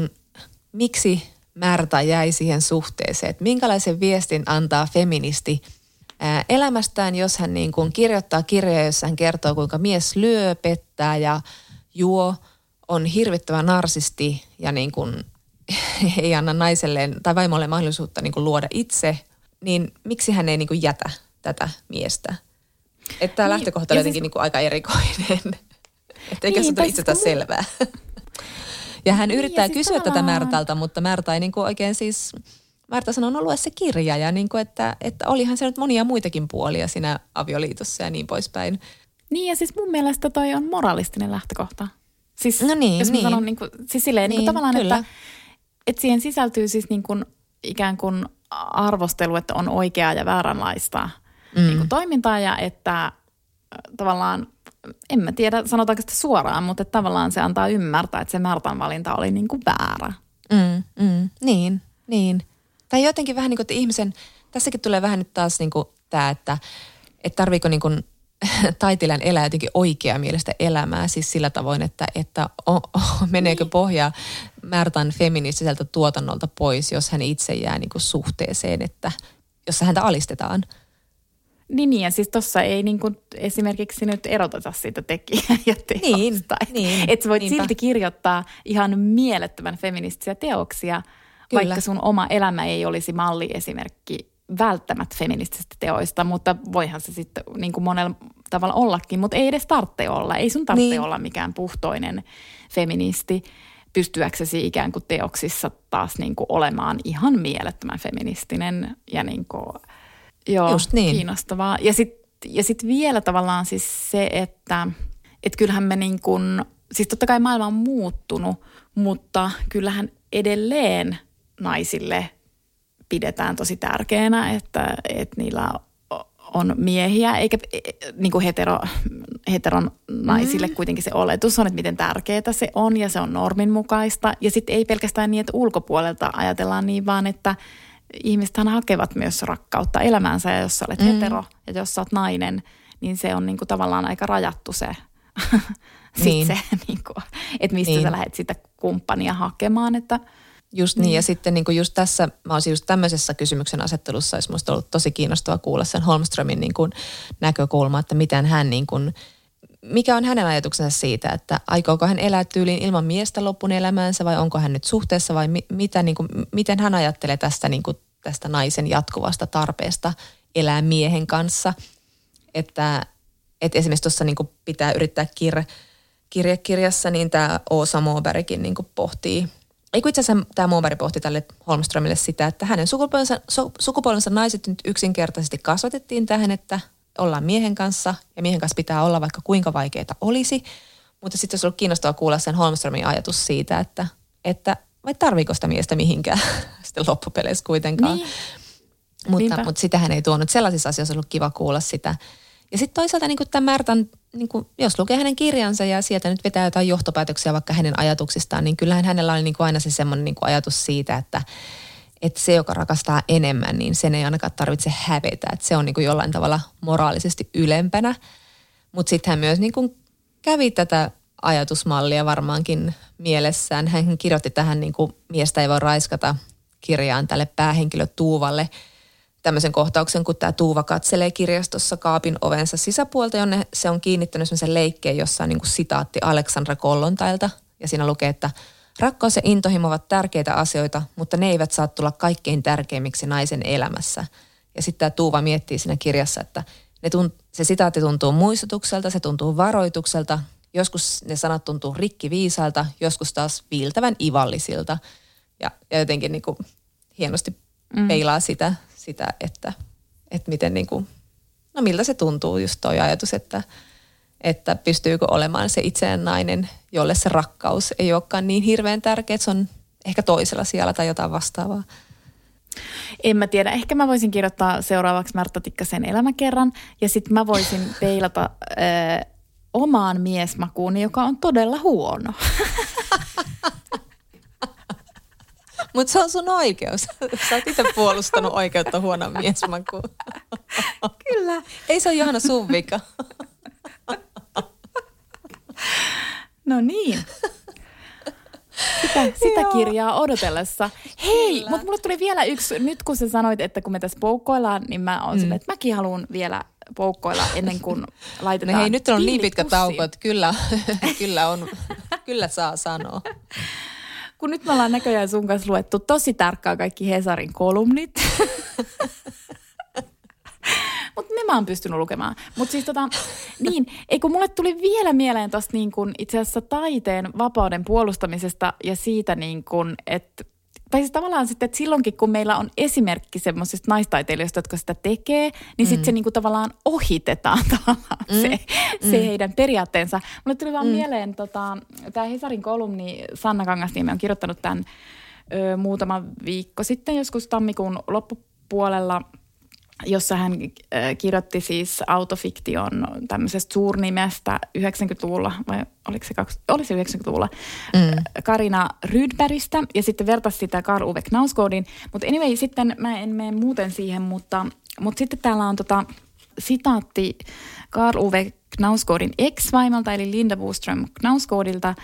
miksi Märta jäi siihen suhteeseen, että minkälaisen viestin antaa feministi elämästään, jos hän niin kuin kirjoittaa kirjoja, jossa hän kertoo, kuinka mies lyö, pettää ja juo, on hirvittävä narsisti ja niin kuin ei anna naiselleen tai vaimolle mahdollisuutta niin kuin luoda itse, niin miksi hän ei niin kuin jätä tätä miestä? Että tämä lähtökohta on jotenkin niin kuin aika erikoinen. Että eikä se ole itsestään selvää. Ja hän yrittää kysyä tätä Märtalta, mutta Märta ei niin kuin oikein siis... Märta sanoo, on ollut se kirja ja niin kuin, että olihan se nyt monia muitakin puolia siinä avioliitossa ja niin poispäin. Niin ja siis mun mielestä toi on moralistinen lähtökohta. Siis, no niin, jos mä sanon niin kuin, siis silleen niin kuin tavallaan, että siihen sisältyy siis niin kuin ikään kuin arvostelu, että on oikeaa ja vääränlaista niin kuin toimintaa ja että tavallaan, en mä tiedä sanotaanko sitä suoraan, mutta että tavallaan se antaa ymmärtää, että se Märtan valinta oli niin kuin väärä. Niin. Tai jotenkin vähän niin kuin, että ihmisen, tässäkin tulee vähän nyt taas niin kuin tämä, että tarviiko niin kuin taiteilijan elää jotenkin oikeaa mielestä elämää, siis sillä tavoin, että meneekö pohja Märtan feministiseltä tuotannolta pois, jos hän itse jää niin kuin suhteeseen, että jossa häntä alistetaan. Niin, ja siis tuossa ei niin kuin esimerkiksi nyt eroteta siitä tekijää ja teosta. Niin, että sä voit silti kirjoittaa ihan mielettömän feministisiä teoksia, kyllä, vaikka sun oma elämä ei olisi malliesimerkki välttämättä feministisistä teoista, mutta voihan se sitten niin kuin monella tavalla ollakin, mutta ei edes tarvitse olla. Ei sun tarvitse olla mikään puhtoinen feministi pystyäksesi ikään kuin teoksissa taas niin kuin olemaan ihan mielettömän feministinen ja niin kuin, joo, niin, kiinnostavaa. Ja sit vielä tavallaan siis se, että kyllähän me niin kuin, siis totta kai maailma on muuttunut, mutta kyllähän edelleen naisille pidetään tosi tärkeänä, että niillä on miehiä, eikä niin kuin heteron naisille kuitenkin se oletus on, että miten tärkeää se on ja se on normin mukaista. Ja sitten ei pelkästään niin, että ulkopuolelta ajatellaan niin, vaan että ihmisethän hakevat myös rakkautta elämäänsä ja jos sä olet hetero ja jos sä olet nainen, niin se on niin kuin tavallaan aika rajattu se, niin. Se niin kuin, että mistä sä lähdet sitä kumppania hakemaan, että just niin, ja sitten niin kuin just tässä, mä olisin just tämmöisessä kysymyksen asettelussa, olisi musta ollut tosi kiinnostavaa kuulla sen Holmströmin niin kuin näkökulma, että miten hän niin kuin, mikä on hänen ajatuksensa siitä, että aikooko hän elää tyyliin ilman miestä lopun elämäänsä vai onko hän nyt suhteessa vai mitä, niin kuin, miten hän ajattelee tästä, niin kuin, tästä naisen jatkuvasta tarpeesta elää miehen kanssa, että esimerkiksi tuossa niin kuin pitää yrittää kirjassa, niin tämä Åsa Mobergkin niin kuin pohtii. Eikö itse asiassa tämä Moberg pohti tälle Holmströmille sitä, että hänen sukupuolensa naiset nyt yksinkertaisesti kasvatettiin tähän, että ollaan miehen kanssa ja miehen kanssa pitää olla vaikka kuinka vaikeaa olisi. Mutta sitten olisi ollut kiinnostavaa kuulla sen Holmströmin ajatus siitä, että vai tarviiko sitä miestä mihinkään sitten loppupeleissä kuitenkaan. Niin. Mutta sitä hän ei tuonut. Sellaisissa asioissa on ollut kiva kuulla sitä. Ja sitten toisaalta niin tämä Märtan, niin jos lukee hänen kirjansa ja sieltä nyt vetää jotain johtopäätöksiä vaikka hänen ajatuksistaan, niin kyllähän hänellä oli niin aina se semmoinen niin ajatus siitä, että se, joka rakastaa enemmän, niin sen ei ainakaan tarvitse hävetä. Että se on niin jollain tavalla moraalisesti ylempänä. Mutta sitten hän myös niin kävi tätä ajatusmallia varmaankin mielessään. Hän kirjoitti tähän niin Miestä ei voi raiskata -kirjaan tälle päähenkilö Tuuvalle tämmöisen kohtauksen, kun tämä Tuuva katselee kirjastossa kaapin ovensa sisäpuolta, jonne se on kiinnittänyt semmoisen leikkeen, jossa on niin kuin sitaatti Aleksandra Kollontailta. Ja siinä lukee, että rakkaus ja intohimo ovat tärkeitä asioita, mutta ne eivät saa tulla kaikkein tärkeimmiksi naisen elämässä. Ja sitten tämä Tuuva miettii siinä kirjassa, että se sitaatti tuntuu muistutukselta, se tuntuu varoitukselta. Joskus ne sanat tuntuu rikkiviisailta, joskus taas viiltävän ivallisilta. Ja jotenkin niin kuin hienosti peilaa sitä että miten niin kuin, no miltä se tuntuu just toi ajatus, että pystyykö olemaan se itseään nainen, jolle se rakkaus ei olekaan niin hirveän tärkeä, että se on ehkä toisella sijalla tai jotain vastaavaa. En mä tiedä. Ehkä mä voisin kirjoittaa seuraavaksi Märta Tikkasen elämäkerran ja sitten mä voisin peilata omaan miesmakuuni, joka on todella huono. Mutta se on sun oikeus. Sä oot itse puolustanut oikeutta huonoon miesmakuun. Kyllä. Ei se ole Johanna sun vika. No niin. tätä kirjaa odotellessa. Hei, mutta mulle tuli vielä yksi, nyt kun sä sanoit, että kun me tässä poukkoillaan, niin mä oon silleen, että mäkin haluan vielä poukkoilla ennen kuin laitetaan. No hei, nyt on niin pitkä pussiin. tauko, että kyllä saa sanoa. Kun nyt me ollaan näköjään sun kanssa luettu tosi tarkkaan kaikki Hesarin kolumnit. Mutta ne mä oon pystynyt lukemaan. Mutta siis niin, kun mulle tuli vielä mieleen tosta niin kun itse asiassa taiteen vapauden puolustamisesta ja siitä niin kun, että tai siis tavallaan sitten, että silloinkin kun meillä on esimerkki semmoisista naistaiteilijoista, jotka sitä tekee, niin sitten se niin kuin tavallaan ohitetaan tavallaan se heidän periaatteensa. Mulle tuli vaan mieleen tämä Hesarin kolumni, Sanna Kangasniemi on kirjoittanut tämän muutama viikko sitten, joskus tammikuun loppupuolella, jossa hän kirjoitti siis autofiktion tämmöisestä suurnimestä 90-luvulla, vai oliko se oli se 90-luvulla, Carina Rydbergistä, ja sitten vertasi sitä Karl Ove Knausgårdin. Mutta anyway, sitten mä en mene muuten siihen, mutta sitten täällä on sitaatti Karl Ove Knausgårdin ex-vaimolta, eli Linda Boström Knausgårdilta,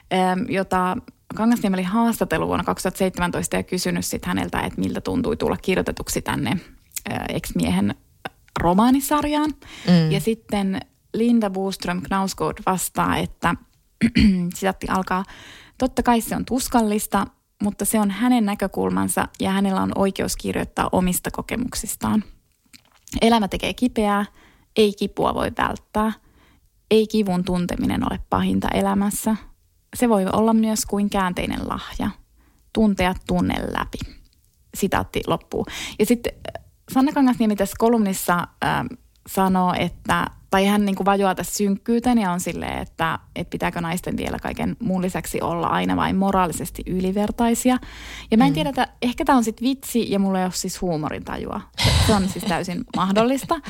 jota Kangasniemi oli haastatellut vuonna 2017 ja kysynyt sitten häneltä, että miltä tuntui tulla kirjoitetuksi tänne ex-miehen romaanisarjaan. Ja sitten Linda Boström Knausgård vastaa, että sitaatti alkaa, totta kai se on tuskallista, mutta se on hänen näkökulmansa ja hänellä on oikeus kirjoittaa omista kokemuksistaan. Elämä tekee kipeää, ei kipua voi välttää, ei kivun tunteminen ole pahinta elämässä. Se voi olla myös kuin käänteinen lahja, tuntea tunne läpi. Sitaatti loppuu. Ja sitten Sanna Kangasniemi tässä kolumnissa sanoo, että, tai hän niin kuin vajoaa tässä synkkyyteen ja on silleen, että pitääkö naisten vielä kaiken muun lisäksi olla aina vain moraalisesti ylivertaisia. Ja mä en tiedä, että ehkä tämä on sitten vitsi ja mulla ei ole siis huumorintajua. Se on siis täysin mahdollista.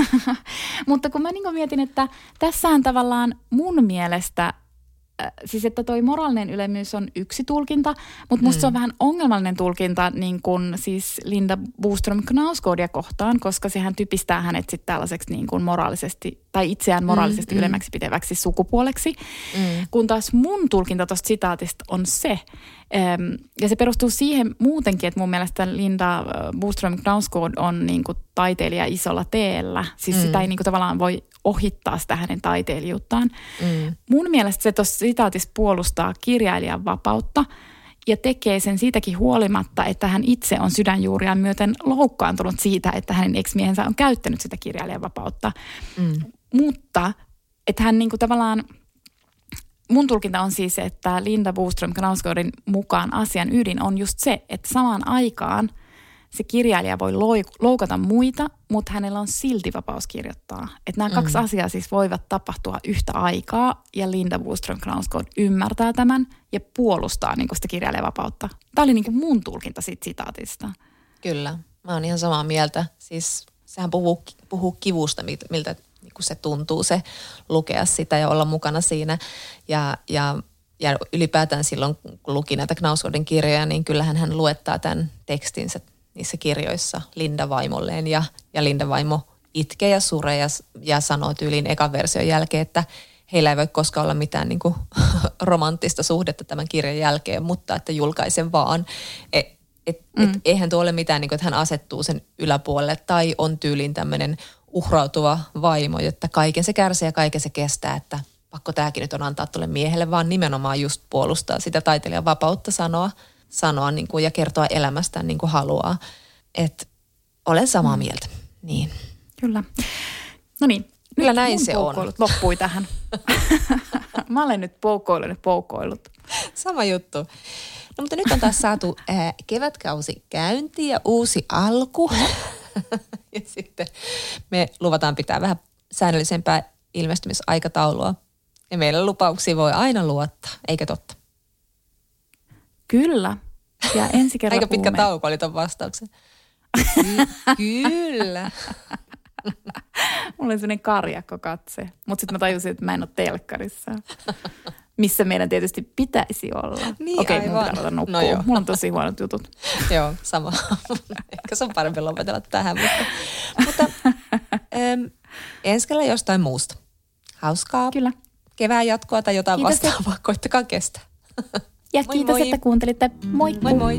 Mutta kun mä niin kuin mietin, että tässähän tavallaan mun mielestä siis että toi moraalinen ylemmyys on yksi tulkinta, mutta musta se on vähän ongelmallinen tulkinta niin kuin siis Linda Boström Knausgårdia kohtaan, koska sehän typistää hänet sitten tällaiseksi niin kuin moraalisesti tai itseään moraalisesti ylemmäksi pitäväksi sukupuoleksi. Kun taas mun tulkinta tuosta sitaatista on se, ja se perustuu siihen muutenkin, että mun mielestä Linda Boström Knausgård on niin kuin taiteilija isolla teellä. Siis sitä ei niin kuin tavallaan voi ohittaa sitä hänen taiteilijuuttaan. Mun mielestä se tuossa sitaatissa puolustaa kirjailijan vapautta ja tekee sen siitäkin huolimatta, että hän itse on sydänjuuriaan myöten loukkaantunut siitä, että hänen ex-miehensä on käyttänyt sitä kirjailijan vapautta. Mutta että hän niinku tavallaan, mun tulkinta on siis, että Linda Boström Knausgårdin mukaan asian ydin on just se, että samaan aikaan se kirjailija voi loukata muita, mutta hänellä on silti vapaus kirjoittaa. Että nämä kaksi asiaa siis voivat tapahtua yhtä aikaa ja Linda Boström Knausgård ymmärtää tämän ja puolustaa niin kuin sitä kirjailijavapautta. Tämä oli niin kuin mun tulkinta siitä sitaatista. Kyllä, mä oon ihan samaa mieltä. Siis sehän puhuu kivusta, miltä niin kuin se tuntuu se lukea sitä ja olla mukana siinä. Ja ylipäätään silloin, kun luki näitä Knausgårdin kirjoja, niin kyllähän hän luettaa tämän tekstinsä niissä kirjoissa Linda vaimolleen ja Linda vaimo itkee ja suree ja sanoo tyyliin ekan version jälkeen, että heillä ei voi koskaan olla mitään niin kuin romanttista suhdetta tämän kirjan jälkeen, mutta että julkaisen vaan. Eihän tuo ole mitään, niin kuin, että hän asettuu sen yläpuolelle tai on tyyliin tämmöinen uhrautuva vaimo, että kaiken se kärsii ja kaiken se kestää, että pakko tämäkin nyt on antaa tuolle miehelle, vaan nimenomaan just puolustaa sitä taiteilijan vapautta sanoa niin kuin, ja kertoa elämästään niin kuin haluaa. Että olen samaa mieltä. Niin. Kyllä. No niin. Kyllä näin se on. Loppui tähän. Mä olen nyt poukkoillut. Sama juttu. No mutta nyt on taas saatu kevätkausi käyntiin ja uusi alku. Ja sitten me luvataan pitää vähän säännöllisempää ilmestymisaikataulua. Ja meidän lupauksiin voi aina luottaa, eikä totta? Kyllä. Ja ensi kerralla aika pitkä tauko oli ton vastauksen. Kyllä. Mulla oli sellainen karjakko katse. Mutta sitten mä tajusin, että mä en ole telkkarissa. Missä meidän tietysti pitäisi olla. Niin, okei, mun pitää aloita nukkua. No mulla on tosi huonot jutut. Joo, sama. Ehkä se on parempi lopetella tähän. Mutta ensi kerralla jostain muusta. Hauskaa. Kyllä. Kevään jatkoa tai jotain vastaavaa. Koittakaa kestää. Ja Moi kiitos, moi. että kuuntelitte. Moi! Moi moi!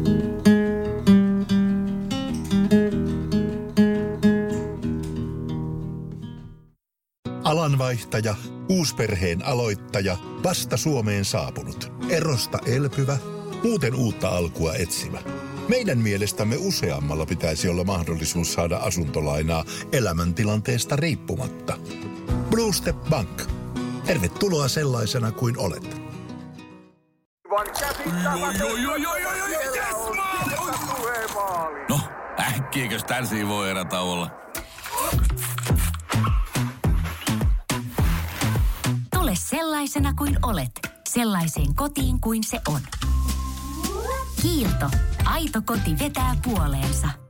Alanvaihtaja, uusperheen aloittaja, vasta Suomeen saapunut, erosta elpyvä, muuten uutta alkua etsimä. Meidän mielestämme useammalla pitäisi olla mahdollisuus saada asuntolainaa elämäntilanteesta riippumatta. Blue Step Bank. Tervetuloa sellaisena kuin olet. No, äkkiäkös tän voi erätä olla? Tule sellaisena kuin olet, sellaiseen kotiin kuin se on. Kiilto. Aito koti vetää puoleensa.